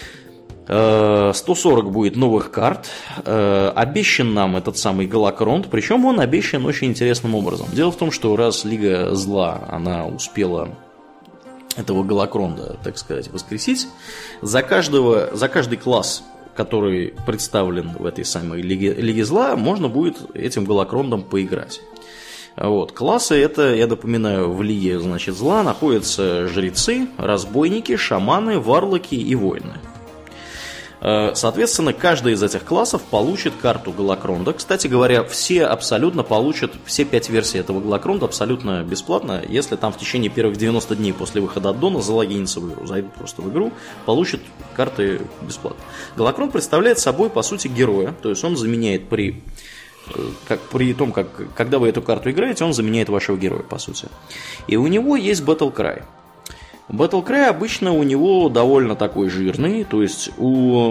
[SPEAKER 1] Э, сто сорок будет новых карт. Э, обещан нам этот самый Галакронт, причем он обещан очень интересным образом. Дело в том, что раз Лига Зла, она успела этого Галакронда, так сказать, воскресить, за, каждого, за каждый класс, который представлен в этой самой Лиге, Лиге Зла, можно будет этим Галакрондом поиграть. Вот. Классы это, я напоминаю, в Лиге, значит, Зла находятся жрецы, разбойники, шаманы, варлоки и воины. Соответственно, каждый из этих классов получит карту Галакронда. Кстати говоря, все абсолютно получат, все пять версий этого Галакронда абсолютно бесплатно, если там в течение первых девяноста дней после выхода аддона залогинятся в игру, зайдут просто в игру, получат карты бесплатно. Галакронд представляет собой, по сути, героя, то есть он заменяет при... Как, при том, как, когда вы эту карту играете, он заменяет вашего героя, по сути. И у него есть Battle Cry. Battle Cry обычно у него довольно такой жирный, то есть у,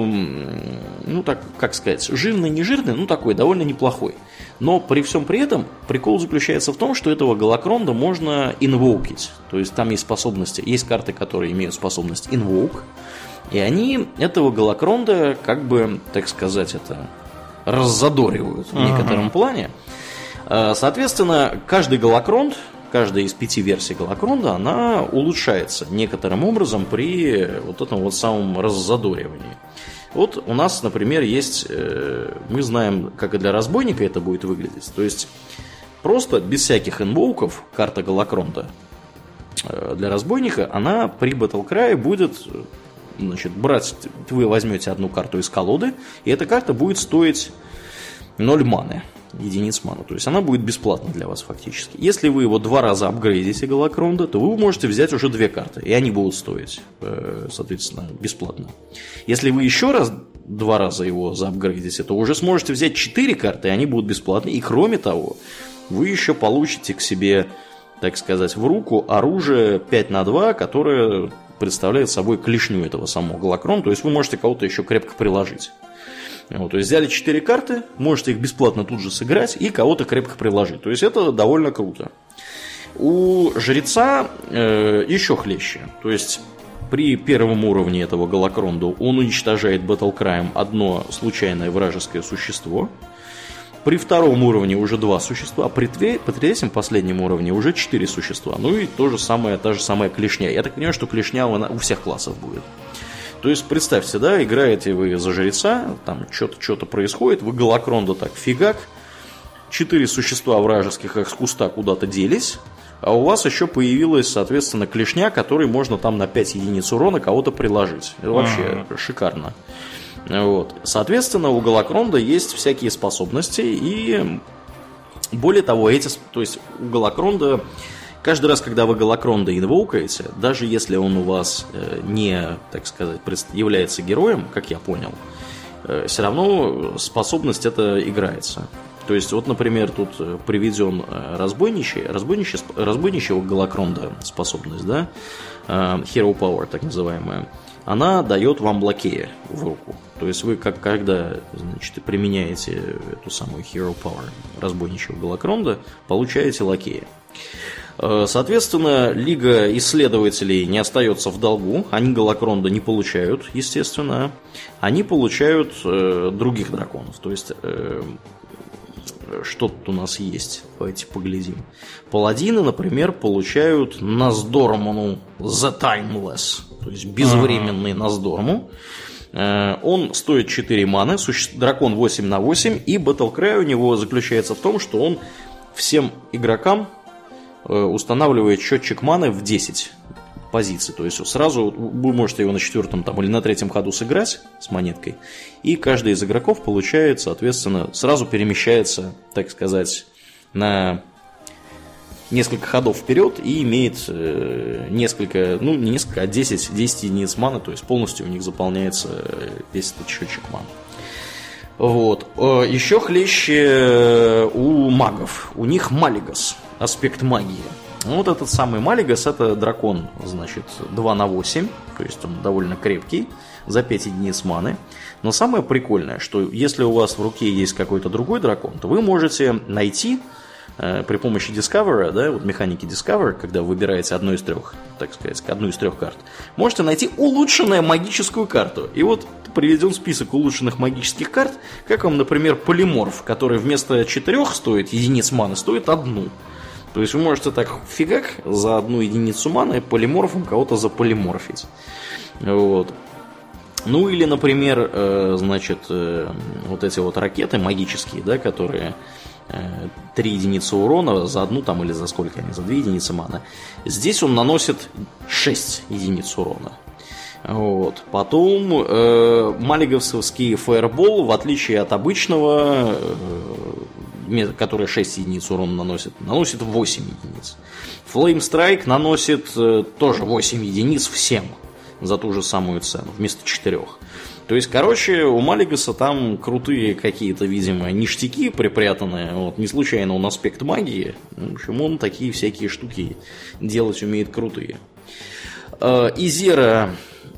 [SPEAKER 1] ну так, как сказать, жирный, не жирный, ну такой, довольно неплохой. Но при всем при этом прикол заключается в том, что этого Галакронда можно инвокить, то есть там есть способности, есть карты, которые имеют способность инвок, и они этого Галакронда, как бы, так сказать, это раззадоривают в некотором uh-huh. плане. Соответственно, каждый Галакронд, каждая из пяти версий Галакронда, она улучшается некоторым образом при вот этом вот самом раззадоривании. Вот у нас, например, есть, мы знаем, как и для разбойника это будет выглядеть. То есть просто без всяких инвоков карта Галакронда для разбойника, она при Battle Cry будет, значит, брать, вы возьмете одну карту из колоды, и эта карта будет стоить ноль маны. Единиц маны. То есть она будет бесплатна для вас фактически. Если вы его два раза апгрейдите Галакронда, то вы можете взять уже две карты, и они будут стоить, соответственно, бесплатно. Если вы еще раз два раза его заапгрейдите, то уже сможете взять четыре карты, и они будут бесплатны. И кроме того, вы еще получите к себе, так сказать, в руку оружие пять на два, которое представляет собой клешню этого самого Галакронда. То есть вы можете кого-то еще крепко приложить. Вот, то есть взяли четыре карты, можете их бесплатно тут же сыграть и кого-то крепко приложить. То есть это довольно круто. У жреца э, еще хлеще. То есть при первом уровне этого Галакронда он уничтожает Battlecry'ем одно случайное вражеское существо. При втором уровне уже два существа, а при, при третьем, последнем уровне уже четыре существа. Ну и то же самое, та же самая клешня. Я так понимаю, что клешня она у всех классов будет. То есть, представьте, да, играете вы за жреца, там что-то, что-то происходит, вы Галакронда так фигак, четыре существа вражеских из куста куда-то делись, а у вас еще появилась, соответственно, клешня, которой можно там на пять единиц урона кого-то приложить. Это вообще uh-huh. шикарно. Вот. Соответственно, у Галакронда есть всякие способности, и более того, эти, то есть у Галакронда... Каждый раз, когда вы Галакронда инвокаете, даже если он у вас не, так сказать, является героем, как я понял, все равно способность эта играется. То есть, вот, например, тут приведен разбойничий, разбойничий, разбойничьего Галакронда способность, да, Hero Power, так называемая, она дает вам лакея в руку. То есть вы, как когда, значит, применяете эту самую Hero Power разбойничьего Галакронда, получаете лакея. Соответственно, Лига исследователей не остается в долгу. Они Галакронда не получают, естественно. Они получают э, других драконов. То есть э, что тут у нас есть. Давайте поглядим. Паладины, например, получают Наздорману The Timeless, то есть безвременный uh-huh. Наздорму. Он стоит четыре маны, дракон восемь на восемь, и Battlecry у него заключается в том, что он всем игрокам устанавливает счетчик маны в десять позиций. То есть сразу вы можете его на четвертом там, или на третьем ходу сыграть с монеткой, и каждый из игроков получает, соответственно, сразу перемещается, так сказать, на несколько ходов вперед и имеет э, несколько, ну не несколько, а десять, десять единиц маны, то есть полностью у них заполняется весь этот счетчик маны. Вот. Еще хлеще у магов. У них Малигас, аспект магии. Вот этот самый Малигас, это дракон, значит, два на восемь, то есть он довольно крепкий, за пять единиц маны. Но самое прикольное, что если у вас в руке есть какой-то другой дракон, то вы можете найти э, при помощи Discover, да, вот механики Discover, когда вы выбираете одну из трех, так сказать, одну из трех карт, можете найти улучшенную магическую карту. И вот приведен список улучшенных магических карт, как вам, например, полиморф, который вместо четырех стоит единиц маны, стоит одну. То есть вы можете так фигак за одну единицу маны полиморфом кого-то заполиморфить. Вот. Ну или, например, э, значит, э, вот эти вот ракеты магические, да, которые э, три единицы урона за одну там или за сколько они, за две единицы маны. Здесь он наносит шесть единиц урона. Вот. Потом э, малиговский фаербол, в отличие от обычного, э, который шесть единиц урона наносит, наносит восемь единиц. Flame Strike наносит э, тоже восемь единиц всем за ту же самую цену, вместо четырех. То есть, короче, у Малигаса там крутые какие-то, видимо, ништяки припрятанные. Вот. Не случайно он аспект магии. В общем, он такие всякие штуки делать умеет крутые. Э, Изера...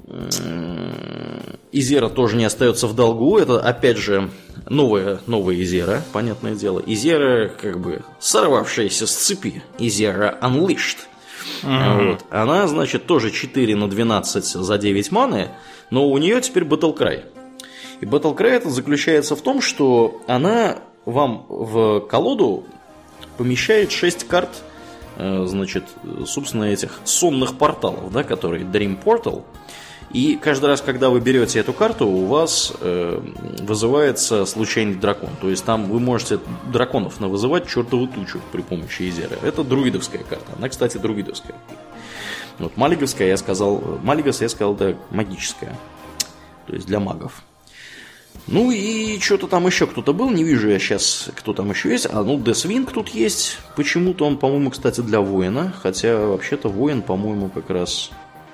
[SPEAKER 1] Изера тоже не остается в долгу. Это, опять же, новая, новая Изера, понятное дело. Изера, как бы, сорвавшаяся с цепи. Изера Unleashed. Mm-hmm. Вот. Она, значит, тоже четыре на двенадцать за девять маны, но у нее теперь Battlecry. И Battlecry это заключается в том, что она вам в колоду помещает шесть карт, значит, собственно, этих сонных порталов, да, которые Dream Portal. И каждый раз, когда вы берете эту карту, у вас э, вызывается случайный дракон. То есть там вы можете драконов навызывать чертову тучу при помощи Изеры. Это друидовская карта. Она, кстати, друидовская. Вот Малиговская, я сказал, Малигас, я сказал, да, магическая. То есть для магов. Ну и что-то там еще кто-то был, не вижу я сейчас, кто там еще есть. А, ну, Deathwing тут есть. Почему-то он, по-моему, кстати, для воина. Хотя, вообще-то, воин, по-моему, как раз...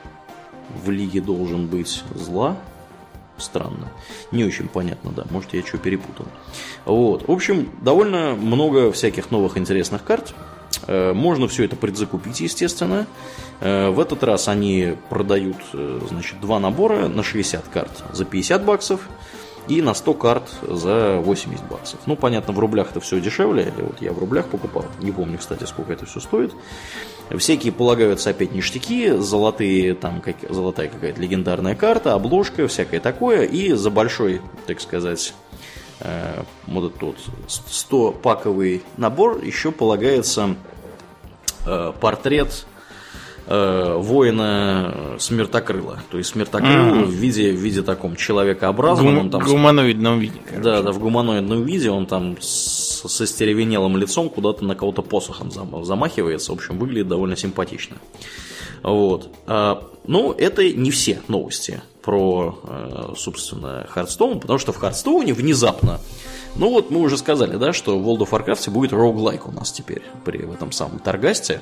[SPEAKER 1] в лиге должен быть зла. Странно. Не очень понятно, да. Может, я что перепутал. Вот. В общем, довольно много всяких новых интересных карт. Можно все это предзакупить, естественно. В этот раз они продают, значит, два набора на шестьдесят карт за пятьдесят баксов и на сто карт за восемьдесят баксов. Ну, понятно, в рублях это все дешевле. Вот я в рублях покупал. Не помню, кстати, сколько это все стоит. Всякие полагаются опять ништяки, золотые, там, как, золотая какая-то легендарная карта, обложка, всякое такое. И за большой, так сказать, э, вот этот вот сто-паковый набор еще полагается э, портрет э, воина Смертокрыла. То есть Смертокрыл mm-hmm. в виде, в виде таком человекообразном.
[SPEAKER 2] Гум-
[SPEAKER 1] он там,
[SPEAKER 2] в гуманоидном виде.
[SPEAKER 1] Да, да, в гуманоидном виде он там с, со стеревенелым лицом куда-то на кого-то посохом замахивается. В общем, выглядит довольно симпатично. Вот. А, ну, это не все новости про, собственно, Hearthstone, потому что в Hearthstone внезапно, ну вот мы уже сказали, да, что в World of Warcraft будет роуглайк у нас теперь при в этом самом Таргасте,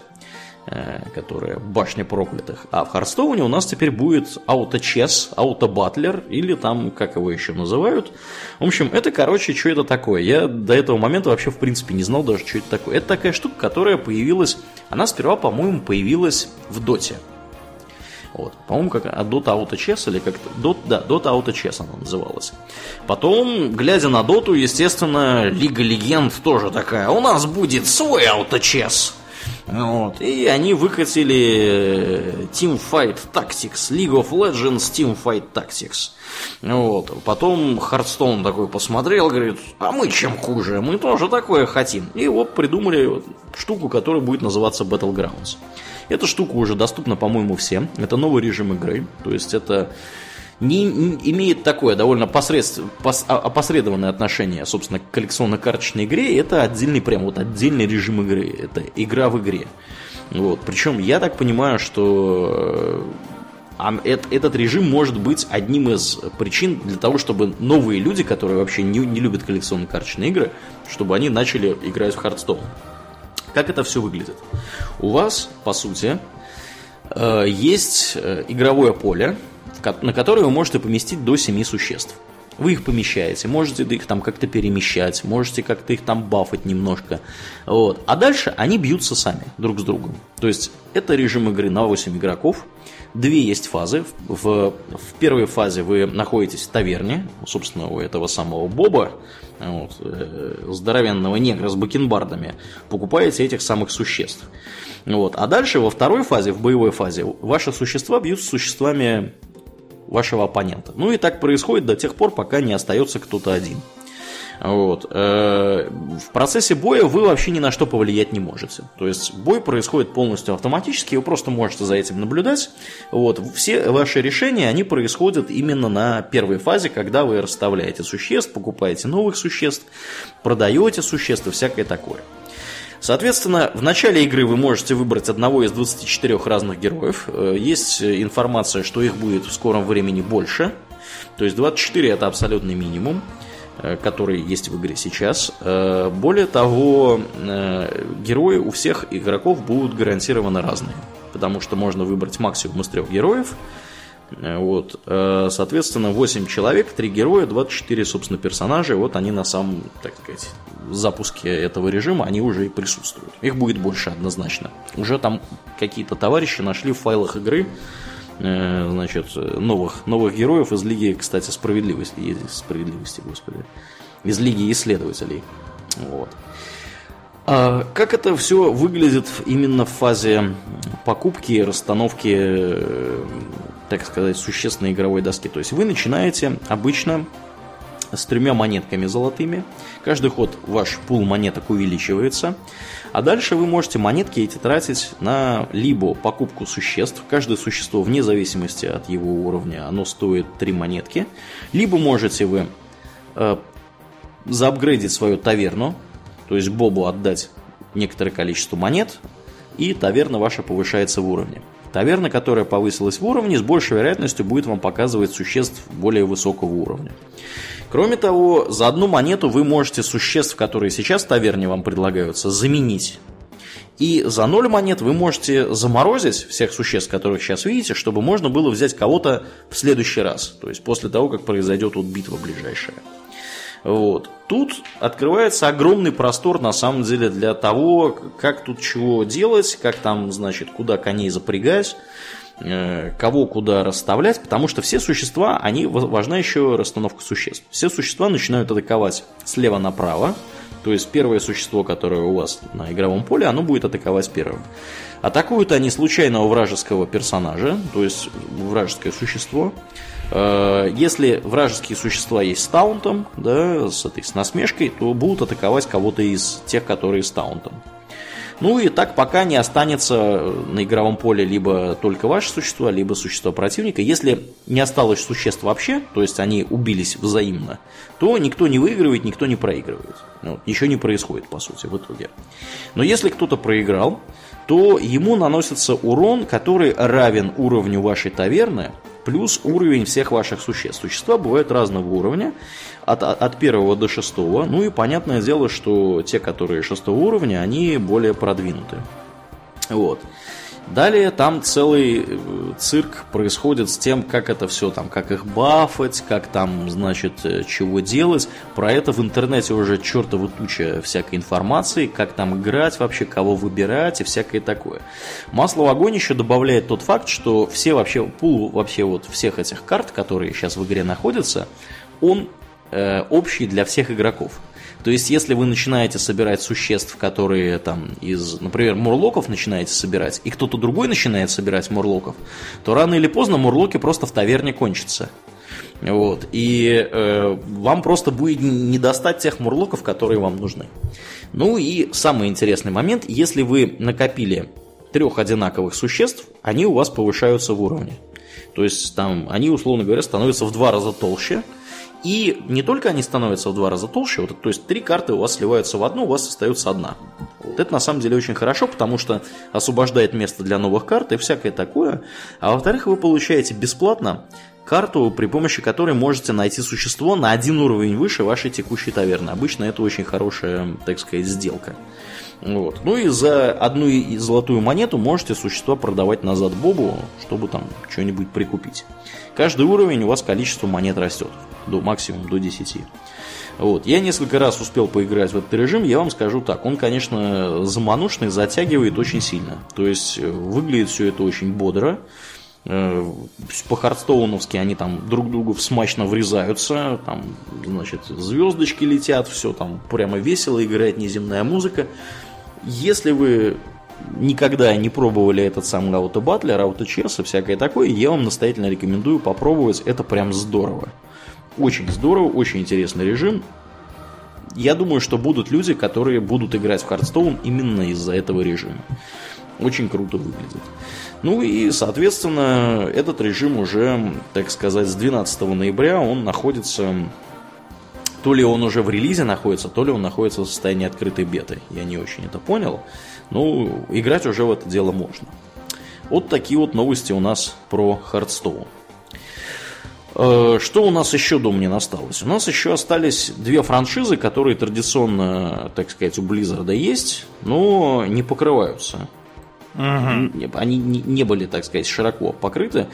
[SPEAKER 1] которая башня проклятых. А в Hearthstone у нас теперь будет ауточес, аутобатлер, или там, как его еще называют. В общем, это, короче, что это такое? Я до этого момента вообще, в принципе, не знал даже, что это такое. Это такая штука, которая появилась, она сперва, по-моему, появилась в Доте. Вот, по-моему, как Dota Auto Chess или как-то, Dot, да, Dota Auto Chess она называлась. Потом, глядя на Доту, естественно, Лига Легенд тоже такая, у нас будет свой Auto Chess. Вот. И они выкатили Teamfight Tactics, League of Legends Teamfight Tactics. Вот. Потом Hearthstone такой посмотрел, говорит, а мы чем хуже, мы тоже такое хотим. И вот придумали штуку, которая будет называться Battlegrounds. Эта штука уже доступна, по-моему, всем. Это новый режим игры. То есть это не, не имеет такое довольно посредств, пос, опосредованное отношение, собственно, к коллекционно-карточной игре. Это отдельный, прям вот отдельный режим игры. Это игра в игре. Вот. Причем я так понимаю, что этот режим может быть одним из причин для того, чтобы новые люди, которые вообще не, не любят коллекционно-карточные игры, чтобы они начали играть в Hearthstone. Как это все выглядит? У вас, по сути, есть игровое поле, на которое вы можете поместить до семи существ. Вы их помещаете, можете их там как-то перемещать, можете как-то их там бафать немножко. Вот. А дальше они бьются сами друг с другом. То есть это режим игры на восемь игроков. Две есть фазы. В, в первой фазе вы находитесь в таверне, собственно, у этого самого Боба, вот, э, здоровенного негра с бакенбардами, покупаете этих самых существ. Вот. А дальше во второй фазе, в боевой фазе, ваши существа бьются с существами вашего оппонента. Ну и так происходит до тех пор, пока не остается кто-то один. Вот. В процессе боя вы вообще ни на что повлиять не можете. То есть бой происходит полностью автоматически, вы просто можете за этим наблюдать. Вот. Все ваши решения, они происходят именно на первой фазе, когда вы расставляете существ, покупаете новых существ, продаете существ и всякое такое. Соответственно, в начале игры вы можете выбрать одного из двадцати четырёх разных героев. Есть информация, что их будет в скором времени больше. То есть двадцать четыре это абсолютный минимум, который есть в игре сейчас. Более того, герои у всех игроков будут гарантированно разные, потому что можно выбрать максимум из трех героев. Вот. Соответственно, восемь человек, три героя, двадцать четыре, собственно, персонажа. Вот они на самом, так сказать, запуске этого режима, они уже и присутствуют. Их будет больше однозначно. Уже там какие-то товарищи нашли в файлах игры, значит, новых, новых героев из Лиги, кстати, справедливости, справедливости, господи, из Лиги исследователей. Вот. А как это все выглядит именно в фазе покупки и расстановки, так сказать, существенной игровой доски? То есть вы начинаете обычно с тремя монетками золотыми. Каждый ход ваш пул монеток увеличивается. А дальше вы можете монетки эти тратить на либо покупку существ. Каждое существо, вне зависимости от его уровня, оно стоит три монетки. Либо можете вы э, заапгрейдить свою таверну, то есть Бобу отдать некоторое количество монет, и таверна ваша повышается в уровне. Таверна, которая повысилась в уровне, с большей вероятностью будет вам показывать существ более высокого уровня. Кроме того, за одну монету вы можете существ, которые сейчас в таверне вам предлагаются, заменить. И за ноль монет вы можете заморозить всех существ, которых сейчас видите, чтобы можно было взять кого-то в следующий раз. То есть после того, как произойдет вот битва ближайшая. Вот. Тут открывается огромный простор, на самом деле, для того, как тут чего делать, как там, значит, куда коней запрягать, кого куда расставлять, потому что все существа, они, важна еще расстановка существ. Все существа начинают атаковать слева направо, то есть первое существо, которое у вас на игровом поле, оно будет атаковать первым. Атакуют они случайного вражеского персонажа, то есть вражеское существо. Если вражеские существа есть с таунтом, да, с, этой, с насмешкой, то будут атаковать кого-то из тех, которые с таунтом. Ну и так пока не останется на игровом поле либо только ваши существа, либо существа противника. Если не осталось существ вообще, то есть они убились взаимно, то никто не выигрывает, никто не проигрывает. Вот, ничего не происходит, по сути, в итоге. Но если кто-то проиграл, то ему наносится урон, который равен уровню вашей таверны, плюс уровень всех ваших существ. Существа бывают разного уровня, от, от первого до шестого. Ну и понятное дело, что те, которые шестого уровня, они более продвинуты. Вот. Далее там целый цирк происходит с тем, как это все там, как их бафать, как там, значит, чего делать. Про это в интернете уже чертова туча всякой информации, как там играть вообще, кого выбирать и всякое такое. Масло в огонь еще добавляет тот факт, что все вообще, пул вообще вот всех этих карт, которые сейчас в игре находятся, он э, общий для всех игроков. То есть, если вы начинаете собирать существ, которые там из, например, мурлоков начинаете собирать, и кто-то другой начинает собирать мурлоков, то рано или поздно мурлоки просто в таверне кончатся. Вот. И э, вам просто будет не достать тех мурлоков, которые вам нужны. Ну и самый интересный момент, если вы накопили трех одинаковых существ, они у вас повышаются в уровне. То есть там они, условно говоря, становятся в два раза толще. И не только они становятся в два раза толще, вот, то есть три карты у вас сливаются в одну, у вас остается одна. Вот это на самом деле очень хорошо, потому что освобождает место для новых карт и всякое такое. А во-вторых, вы получаете бесплатно карту, при помощи которой можете найти существо на один уровень выше вашей текущей таверны. Обычно это очень хорошая, так сказать, сделка. Вот. Ну и за одну золотую монету можете существа продавать назад Бобу, чтобы там что-нибудь прикупить. Каждый уровень у вас количество монет растет, до максимум до десяти. Вот. Я несколько раз успел поиграть в этот режим, я вам скажу так, он, конечно, заманушный, затягивает очень сильно. То есть выглядит все это очень бодро. По-хардстоуновски они там друг другу смачно врезаются, там, значит, звездочки летят, все там прямо весело, играет неземная музыка. Если вы никогда не пробовали этот самый аутobатлер, ауточес и всякое такое, я вам настоятельно рекомендую попробовать, это прям здорово. Очень здорово, очень интересный режим. Я думаю, что будут люди, которые будут играть в Hearthstone именно из-за этого режима. Очень круто выглядит. Ну и, соответственно, этот режим уже, так сказать, с двенадцатого ноября он находится... То ли он уже в релизе находится, то ли он находится в состоянии открытой беты. Я не очень это понял. Но играть уже в это дело можно. Вот такие вот новости у нас про Hearthstone. Что у нас еще, думаю, не осталось? У нас еще остались две франшизы, которые традиционно, так сказать, у Blizzard есть, но не покрываются. Uh-huh. Они не были, так сказать, широко покрыты.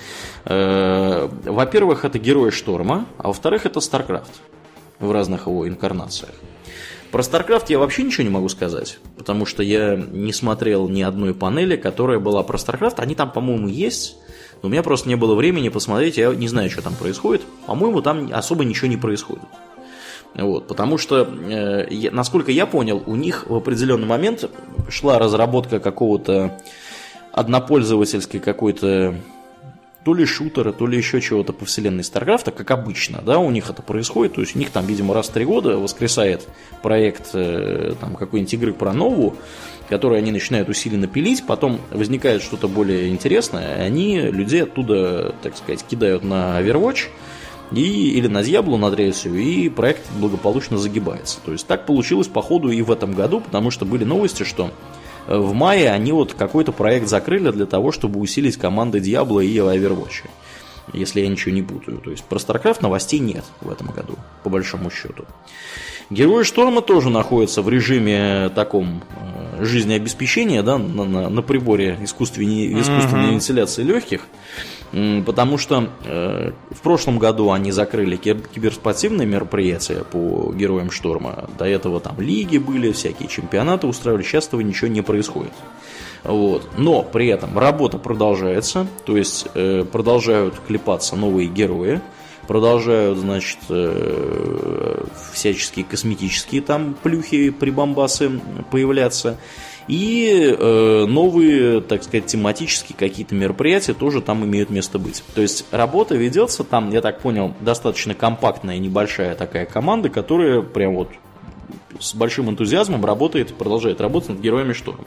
[SPEAKER 1] Во-первых, это Герои Шторма, а во-вторых, это StarCraft в разных его инкарнациях. Про StarCraft я вообще ничего не могу сказать, потому что я не смотрел ни одной панели, которая была про StarCraft. Они там, по-моему, есть, но у меня просто не было времени посмотреть, я не знаю, что там происходит. По-моему, там особо ничего не происходит. Вот, потому что, э, насколько я понял, у них в определенный момент шла разработка какого-то однопользовательской какой-то то ли шутера, то ли еще чего-то по вселенной StarCraft, как обычно, да, у них это происходит, то есть у них там, видимо, раз в три года воскресает проект э, там, какой-нибудь игры про новую, которую они начинают усиленно пилить, потом возникает что-то более интересное, и они людей оттуда, так сказать, кидают на Overwatch и, или на Diablo, на третью, и проект благополучно загибается. То есть так получилось, походу, и в этом году, потому что были новости, что в мае они вот какой-то проект закрыли для того, чтобы усилить команды Diablo и Overwatch, если я ничего не путаю. То есть про StarCraft новостей нет в этом году, по большому счету. Герои Шторма тоже находятся в режиме таком э, жизнеобеспечения, да, на, на, на приборе искусственной, искусственной uh-huh. вентиляции легких, э, потому что э, в прошлом году они закрыли киберспортивные мероприятия по Героям Шторма. До этого там лиги были, всякие чемпионаты устраивали, сейчас этого ничего не происходит. Вот. Но при этом работа продолжается, то есть э, продолжают клепаться новые герои, продолжают, значит, э, всяческие косметические там плюхи, прибамбасы появляться. И э, новые, так сказать, тематические какие-то мероприятия тоже там имеют место быть. То есть работа ведется, там, я так понял, достаточно компактная, небольшая такая команда, которая прям вот с большим энтузиазмом работает, продолжает работать над Героями Шторма.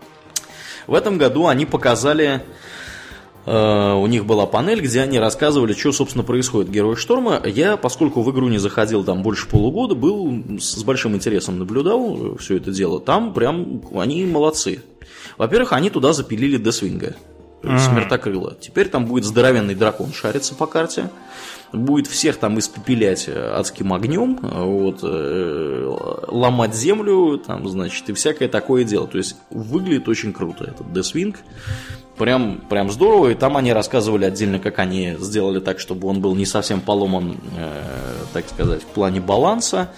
[SPEAKER 1] В этом году они показали... Uh, у них была панель, где они рассказывали, что, собственно, происходит в Героях Шторма. Я, поскольку в игру не заходил там больше полугода, был с большим интересом наблюдал все это дело. Там прям они молодцы. Во-первых, они туда запилили Десвинга, mm-hmm. смертокрыла. Теперь там будет здоровенный дракон шариться по карте. Будет всех там испепелять адским огнем, вот, ломать землю, там, значит, и всякое такое дело. То есть выглядит очень круто этот Десвинг. Прям, прям здорово, и там они рассказывали отдельно, как они сделали так, чтобы он был не совсем поломан, э, так сказать, в плане баланса.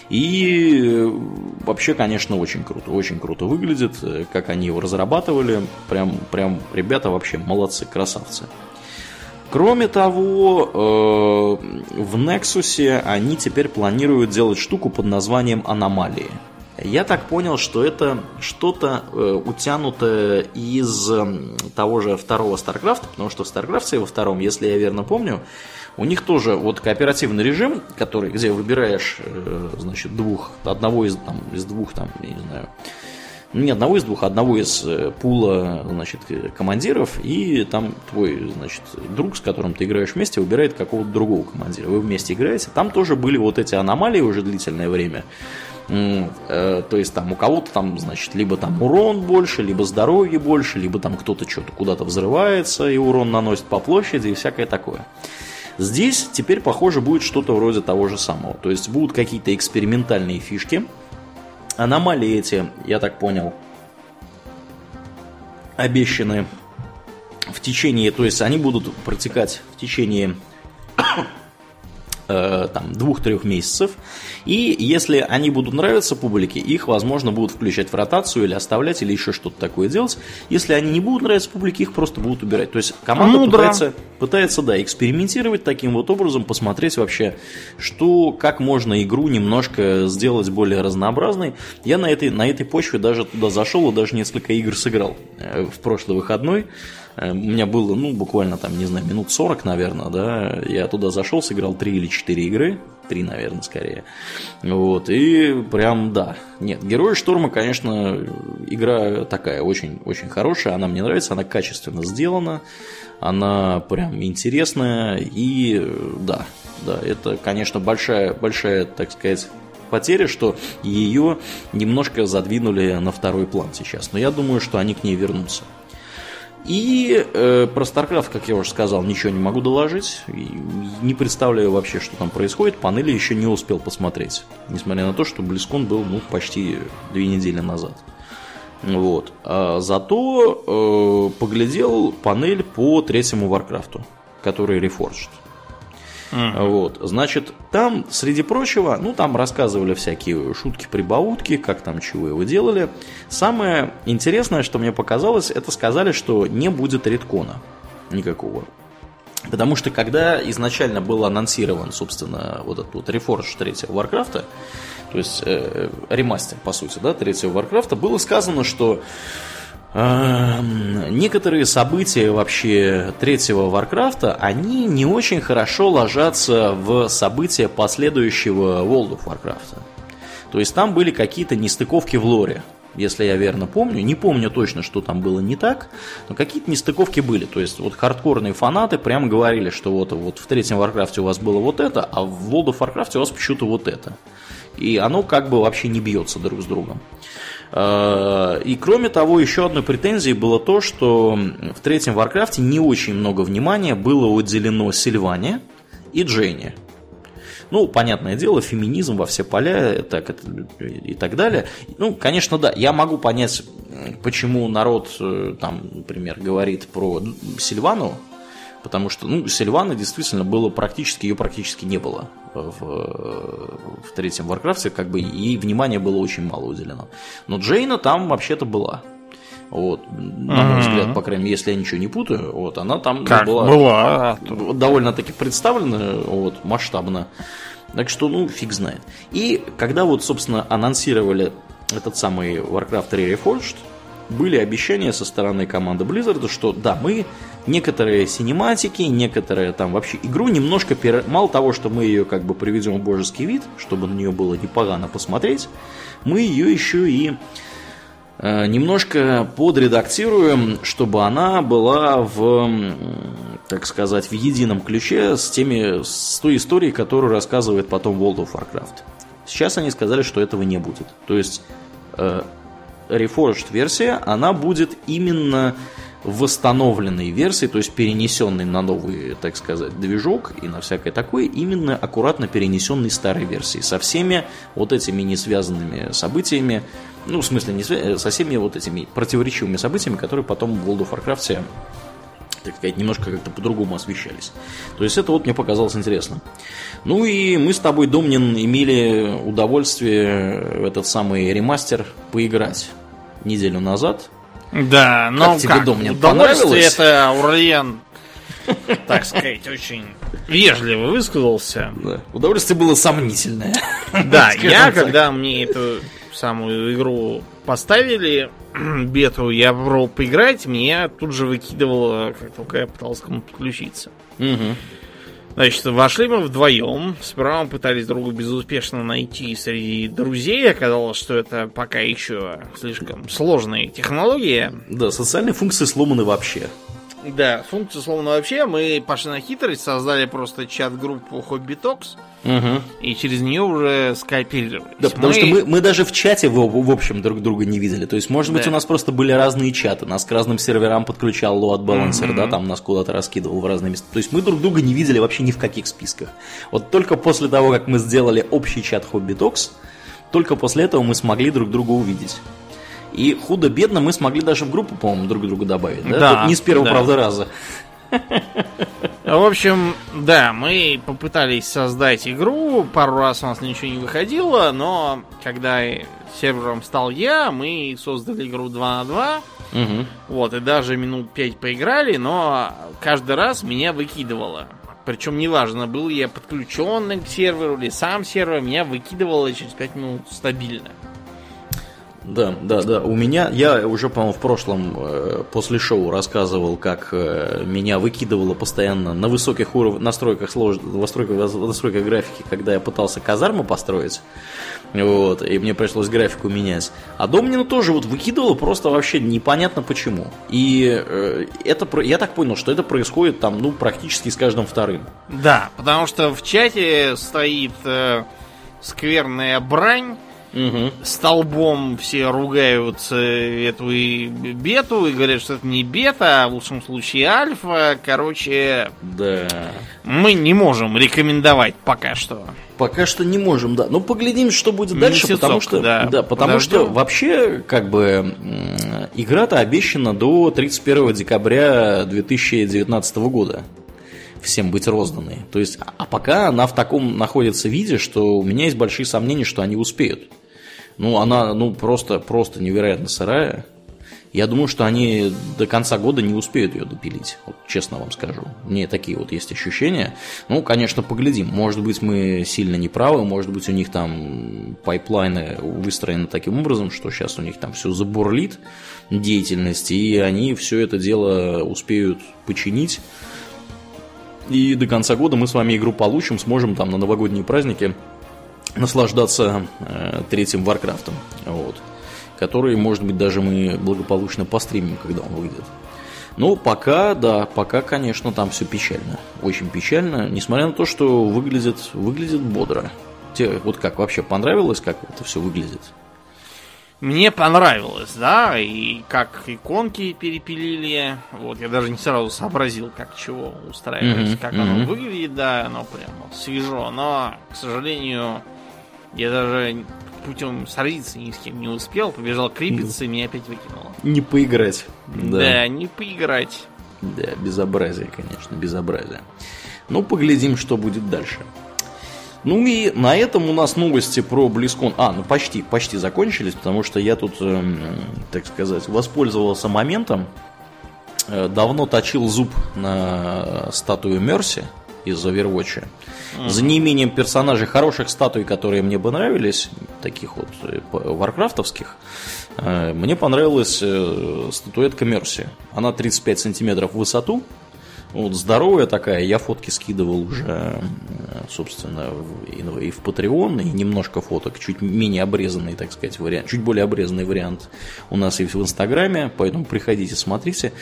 [SPEAKER 1] И вообще, конечно, очень круто, очень круто выглядит, как они его разрабатывали. Прям, прям ребята вообще молодцы, красавцы. Кроме того, в Nexus они теперь планируют делать штуку под названием «Аномалии». Я так понял, что это что-то утянутое из того же второго StarCraft, потому что в StarCraft во втором, если я верно помню, у них тоже вот кооперативный режим, который, где выбираешь, значит, двух, одного из, там, из двух, там, я не знаю, не одного из двух, а одного из пула, значит, командиров, и там твой, значит, друг, с которым ты играешь вместе, выбирает какого-то другого командира. Вы вместе играете. Там тоже были вот эти аномалии уже длительное время. То есть там у кого-то там, значит, либо там урон больше, либо здоровье больше, либо там кто-то что-то куда-то взрывается и урон наносит по площади и всякое такое. Здесь теперь, похоже, будет что-то вроде того же самого. То есть будут какие-то экспериментальные фишки. Аномалии эти, я так понял, обещаны в течение, то есть они будут протекать в течение э, там, двух-трех месяцев. И если они будут нравиться публике, их, возможно, будут включать в ротацию или оставлять, или еще что-то такое делать. Если они не будут нравиться публике, их просто будут убирать. То есть команда ну, пытается, да. пытается, да, экспериментировать таким вот образом, посмотреть вообще, что, как можно игру немножко сделать более разнообразной. Я на этой, на этой почве даже туда зашел и даже несколько игр сыграл в прошлый выходной. У меня было, ну, буквально там, не знаю, минут сорок, наверное, да. Я туда зашел, сыграл три или четыре игры. Три, наверное, скорее. Вот, и прям, да. Нет, Герои Шторма, конечно, игра такая очень-очень хорошая. Она мне нравится, она качественно сделана. Она прям интересная. И, да, да, это, конечно, большая, большая, так сказать, потеря, что ее немножко задвинули на второй план сейчас. Но я думаю, что они к ней вернутся. И э, про StarCraft, как я уже сказал, ничего не могу доложить. И не представляю вообще, что там происходит. Панели еще не успел посмотреть. Несмотря на то, что BlizzCon был, ну, почти две недели назад. Вот. А зато э, поглядел панель по третьему Warcraft'у, который Reforged. Uh-huh. Вот. Значит, там, среди прочего, ну, там рассказывали всякие шутки-прибаутки, как там, чего его делали. Самое интересное, что мне показалось, это сказали, что не будет редкона никакого. Потому что, когда изначально был анонсирован, собственно, вот этот вот Reforged третьего Warcraft'а, то есть э, ремастер, по сути, да, третьего Warcraft'а, было сказано, что некоторые события вообще третьего Варкрафта, они не очень хорошо ложатся в события последующего World of Warcraft. То есть там были какие-то нестыковки в лоре, если я верно помню. Не помню точно, что там было не так, но какие-то нестыковки были. То есть вот хардкорные фанаты прямо говорили, что вот, вот в третьем Варкрафте у вас было вот это, а в World of Warcraft у вас почему-то вот это. И оно как бы вообще не бьется друг с другом. И кроме того, еще одной претензией было то, что в третьем Варкрафте не очень много внимания было уделено Сильване и Джейне. Ну, понятное дело, феминизм во все поля так, и так далее. Ну, конечно, да, я могу понять, почему народ, там, например, говорит про Сильвану, потому что, ну, Сильвана действительно было практически, ее практически не было в, в третьем Варкрафте, как бы ей внимания было очень мало уделено. Но Джейна там вообще-то была. Вот, на мой взгляд, по крайней мере, если я ничего не путаю, вот, она там
[SPEAKER 2] как
[SPEAKER 1] была,
[SPEAKER 2] была
[SPEAKER 1] довольно-таки представлена, вот, масштабно. Так что, ну, фиг знает. И когда вот, собственно, анонсировали этот самый Warcraft три Reforged, были обещания со стороны команды Blizzard, что да, мы некоторые синематики, некоторые там вообще игру немножко, пере... мало того, что мы ее как бы приведем в божеский вид, чтобы на нее было непогано посмотреть, мы ее еще и э, немножко подредактируем, чтобы она была в, так сказать, в едином ключе с теми, с той историей, которую рассказывает потом World of Warcraft. Сейчас они сказали, что этого не будет. То есть э, Reforged версия, она будет именно восстановленной версией, то есть перенесенной на новый, так сказать, движок и на всякое такое, именно аккуратно перенесенной старой версии, со всеми вот этими несвязанными событиями, ну, в смысле, не свя... со всеми вот этими противоречивыми событиями, которые потом в World of Warcraft, так сказать, немножко как-то по-другому освещались. То есть это вот мне показалось интересно. Ну и мы с тобой, Домнин, имели удовольствие в этот самый ремастер поиграть неделю назад.
[SPEAKER 2] Да, но
[SPEAKER 1] как тебе,
[SPEAKER 2] как?
[SPEAKER 1] Домнин,
[SPEAKER 2] Удовольствие
[SPEAKER 1] понравилось?
[SPEAKER 2] Это Аурлиен так сказать, очень вежливо высказался.
[SPEAKER 1] Да. Удовольствие было сомнительное.
[SPEAKER 2] Да, я, когда мне эту самую игру поставили, бету, я попробовал поиграть, меня тут же выкидывало, как только я пытался к кому-то подключиться.
[SPEAKER 1] Угу.
[SPEAKER 2] Значит, вошли мы вдвоем. Сперва мы пытались друга безуспешно найти среди друзей. Оказалось, что это пока еще слишком сложная технология.
[SPEAKER 1] Да, социальные функции сломаны вообще.
[SPEAKER 2] Да, функции сломаны вообще. Мы пошли на хитрость, создали просто чат-группу Hobby Talks.
[SPEAKER 1] Угу.
[SPEAKER 2] И через нее уже скооперировались.
[SPEAKER 1] Да, потому мы... что мы, мы даже в чате в, в общем друг друга не видели. То есть, может быть, да. у нас просто были разные чаты. Нас к разным серверам подключал load balancer, mm-hmm. да, там нас куда-то раскидывал в разные места. То есть мы друг друга не видели вообще ни в каких списках. Вот только после того, как мы сделали общий чат Hobby Talks, только после этого мы смогли друг друга увидеть. И худо-бедно мы смогли даже в группу, по-моему, друг друга добавить. Да?
[SPEAKER 2] Да,
[SPEAKER 1] не с первого,
[SPEAKER 2] да.
[SPEAKER 1] правда, раза.
[SPEAKER 2] В общем, да, мы попытались создать игру, пару раз у нас ничего не выходило, но когда сервером стал я, мы создали игру два на два, угу. Вот, и даже минут пять поиграли, но каждый раз меня выкидывало. Причем неважно, был я подключенный к серверу или сам сервер, меня выкидывало через пять минут стабильно.
[SPEAKER 1] Да, да, да. У меня, я уже, по-моему, в прошлом э, после шоу рассказывал, как э, меня выкидывало постоянно на высоких уровнях, настройках, слож... настройках, настройках графики, когда я пытался казарму построить. Вот, и мне пришлось графику менять. А Домнину тоже вот выкидывало просто вообще непонятно почему. И э, это, я так понял, что это происходит там, ну, практически с каждым вторым.
[SPEAKER 2] Да, потому что в чате стоит э, скверная брань.
[SPEAKER 1] Угу.
[SPEAKER 2] Столбом все ругают эту бету и говорят, что это не бета, а в лучшем случае альфа. Короче,
[SPEAKER 1] да.
[SPEAKER 2] Мы не можем рекомендовать пока что.
[SPEAKER 1] Пока что не можем, да. Ну, поглядим, что будет дальше,
[SPEAKER 2] Месяцок,
[SPEAKER 1] потому что,
[SPEAKER 2] да,
[SPEAKER 1] да, потому что вообще, как бы, игра-то обещана до тридцать первого декабря две тысячи девятнадцатого года. Всем быть розданной. То есть, а пока она в таком находится виде, что у меня есть большие сомнения, что они успеют. Ну, она, ну, просто, просто невероятно сырая. Я думаю, что они до конца года не успеют ее допилить. Вот, честно вам скажу. Мне такие вот есть ощущения. Ну, конечно, поглядим. Может быть, мы сильно неправы. Может быть, у них там пайплайны выстроены таким образом, что сейчас у них там все забурлит деятельность, и они все это дело успеют починить. И до конца года мы с вами игру получим, сможем там на новогодние праздники наслаждаться э, третьим Варкрафтом, вот, который, может быть, даже мы благополучно постримим, когда он выйдет. Ну, пока, да, пока, конечно, там все печально, очень печально, несмотря на то, что выглядит, выглядит бодро. Тебе вот как вообще понравилось, как это все выглядит?
[SPEAKER 2] Мне понравилось, да, и как иконки перепилили. Вот, я даже не сразу сообразил, как чего устраивать, mm-hmm. как mm-hmm. оно выглядит, да, оно прям свежо. Но, к сожалению, я даже путем сразиться ни с кем не успел, побежал крепиться, mm-hmm. и меня опять выкинуло.
[SPEAKER 1] Не поиграть. Да,
[SPEAKER 2] да не поиграть.
[SPEAKER 1] Да, безобразие, конечно, безобразие. Ну, поглядим, что будет дальше. Ну и на этом у нас новости про BlizzCon. А, ну почти, почти закончились, потому что я тут, э, так сказать, воспользовался моментом. Э, давно точил зуб на статую Мерси из Overwatch. Mm-hmm. За неимением персонажей хороших статуй, которые мне бы нравились, таких вот варкрафтовских, э, мне понравилась э, статуэтка Мерси. Она тридцать пять сантиметров в высоту. Вот, здоровая такая, я фотки скидывал уже, собственно, и в Patreon, и немножко фоток, чуть менее обрезанный, так сказать, вариант, чуть более обрезанный вариант у нас есть в Инстаграме, поэтому приходите, смотрите.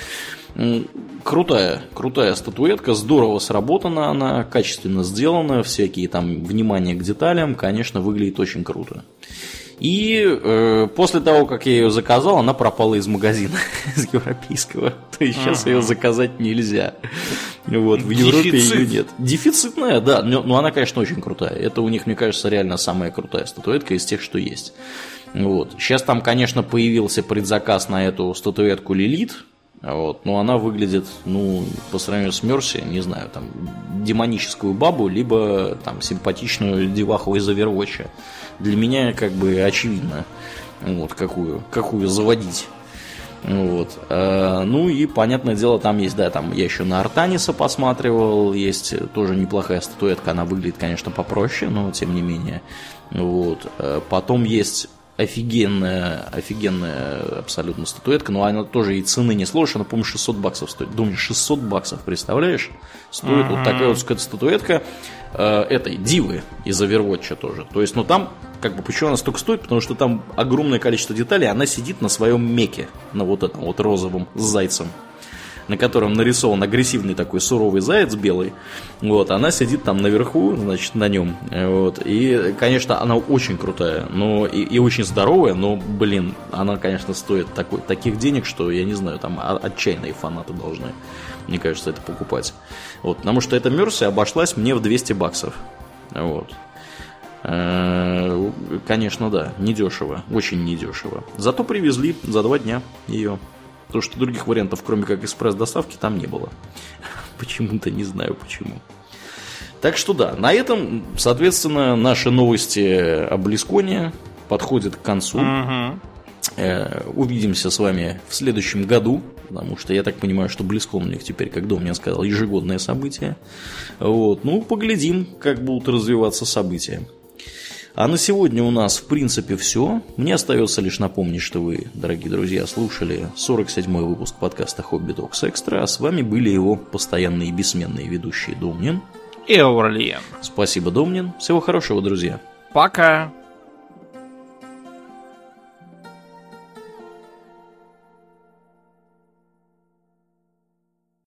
[SPEAKER 1] Крутая, крутая статуэтка, здорово сработана она, качественно сделана, всякие там внимание к деталям, конечно, выглядит очень круто. И э, после того, как я ее заказал, она пропала из магазина, из европейского. То есть сейчас ага. ее заказать нельзя. Вот, в Европе
[SPEAKER 2] Дефицит.
[SPEAKER 1] Ее нет. Дефицитная, да, но, но она, конечно, очень крутая. Это у них, мне кажется, реально самая крутая статуэтка из тех, что есть. Вот. Сейчас там, конечно, появился предзаказ на эту статуэтку Лилит. Вот, но она выглядит, ну, по сравнению с Мерси, не знаю, там, демоническую бабу, либо там симпатичную деваху из Overwatch. Для меня как бы очевидно, вот, какую, какую заводить. Вот. Ну и, понятное дело, там есть, да, там я еще на Артаниса посматривал, есть тоже неплохая статуэтка, она выглядит, конечно, попроще, но тем не менее. Вот. Потом есть офигенная, офигенная абсолютно статуэтка, но она тоже и цены не сложишь, она, по-моему, шестьсот баксов стоит. Думаю, шестьсот баксов, представляешь? Стоит mm-hmm. вот такая вот статуэтка э, этой Дивы из Overwatch тоже. То есть, ну там, как бы, почему она столько стоит? Потому что там огромное количество деталей, она сидит на своем меке, на вот этом вот розовом с зайцем, на котором нарисован агрессивный такой суровый заяц белый. Вот, она сидит там наверху, значит, на нем. Вот, и, конечно, она очень крутая, но и, и очень здоровая, но, блин, она, конечно, стоит такой, таких денег, что, я не знаю, там отчаянные фанаты должны, мне кажется, это покупать. Вот, потому что эта Мерси обошлась мне в двести баксов. Вот. Конечно, да, недешево, очень недешево. Зато привезли за два дня ее. Потому что других вариантов, кроме как экспресс-доставки, там не было. Почему-то не знаю почему. Так что да, на этом, соответственно, наши новости о BlizzCon подходят к концу. Uh-huh. Э, увидимся с вами в следующем году. Потому что я так понимаю, что BlizzCon у них теперь, как Домнин сказал, ежегодное событие. Вот. Ну, поглядим, как будут развиваться события. А на сегодня у нас, в принципе, все. Мне остается лишь напомнить, что вы, дорогие друзья, слушали сорок седьмой выпуск подкаста Hobby Talks Extra. А с вами были его постоянные и бессменные ведущие Домнин
[SPEAKER 2] и Аурлиен.
[SPEAKER 1] Спасибо, Домнин. Всего хорошего, друзья.
[SPEAKER 2] Пока.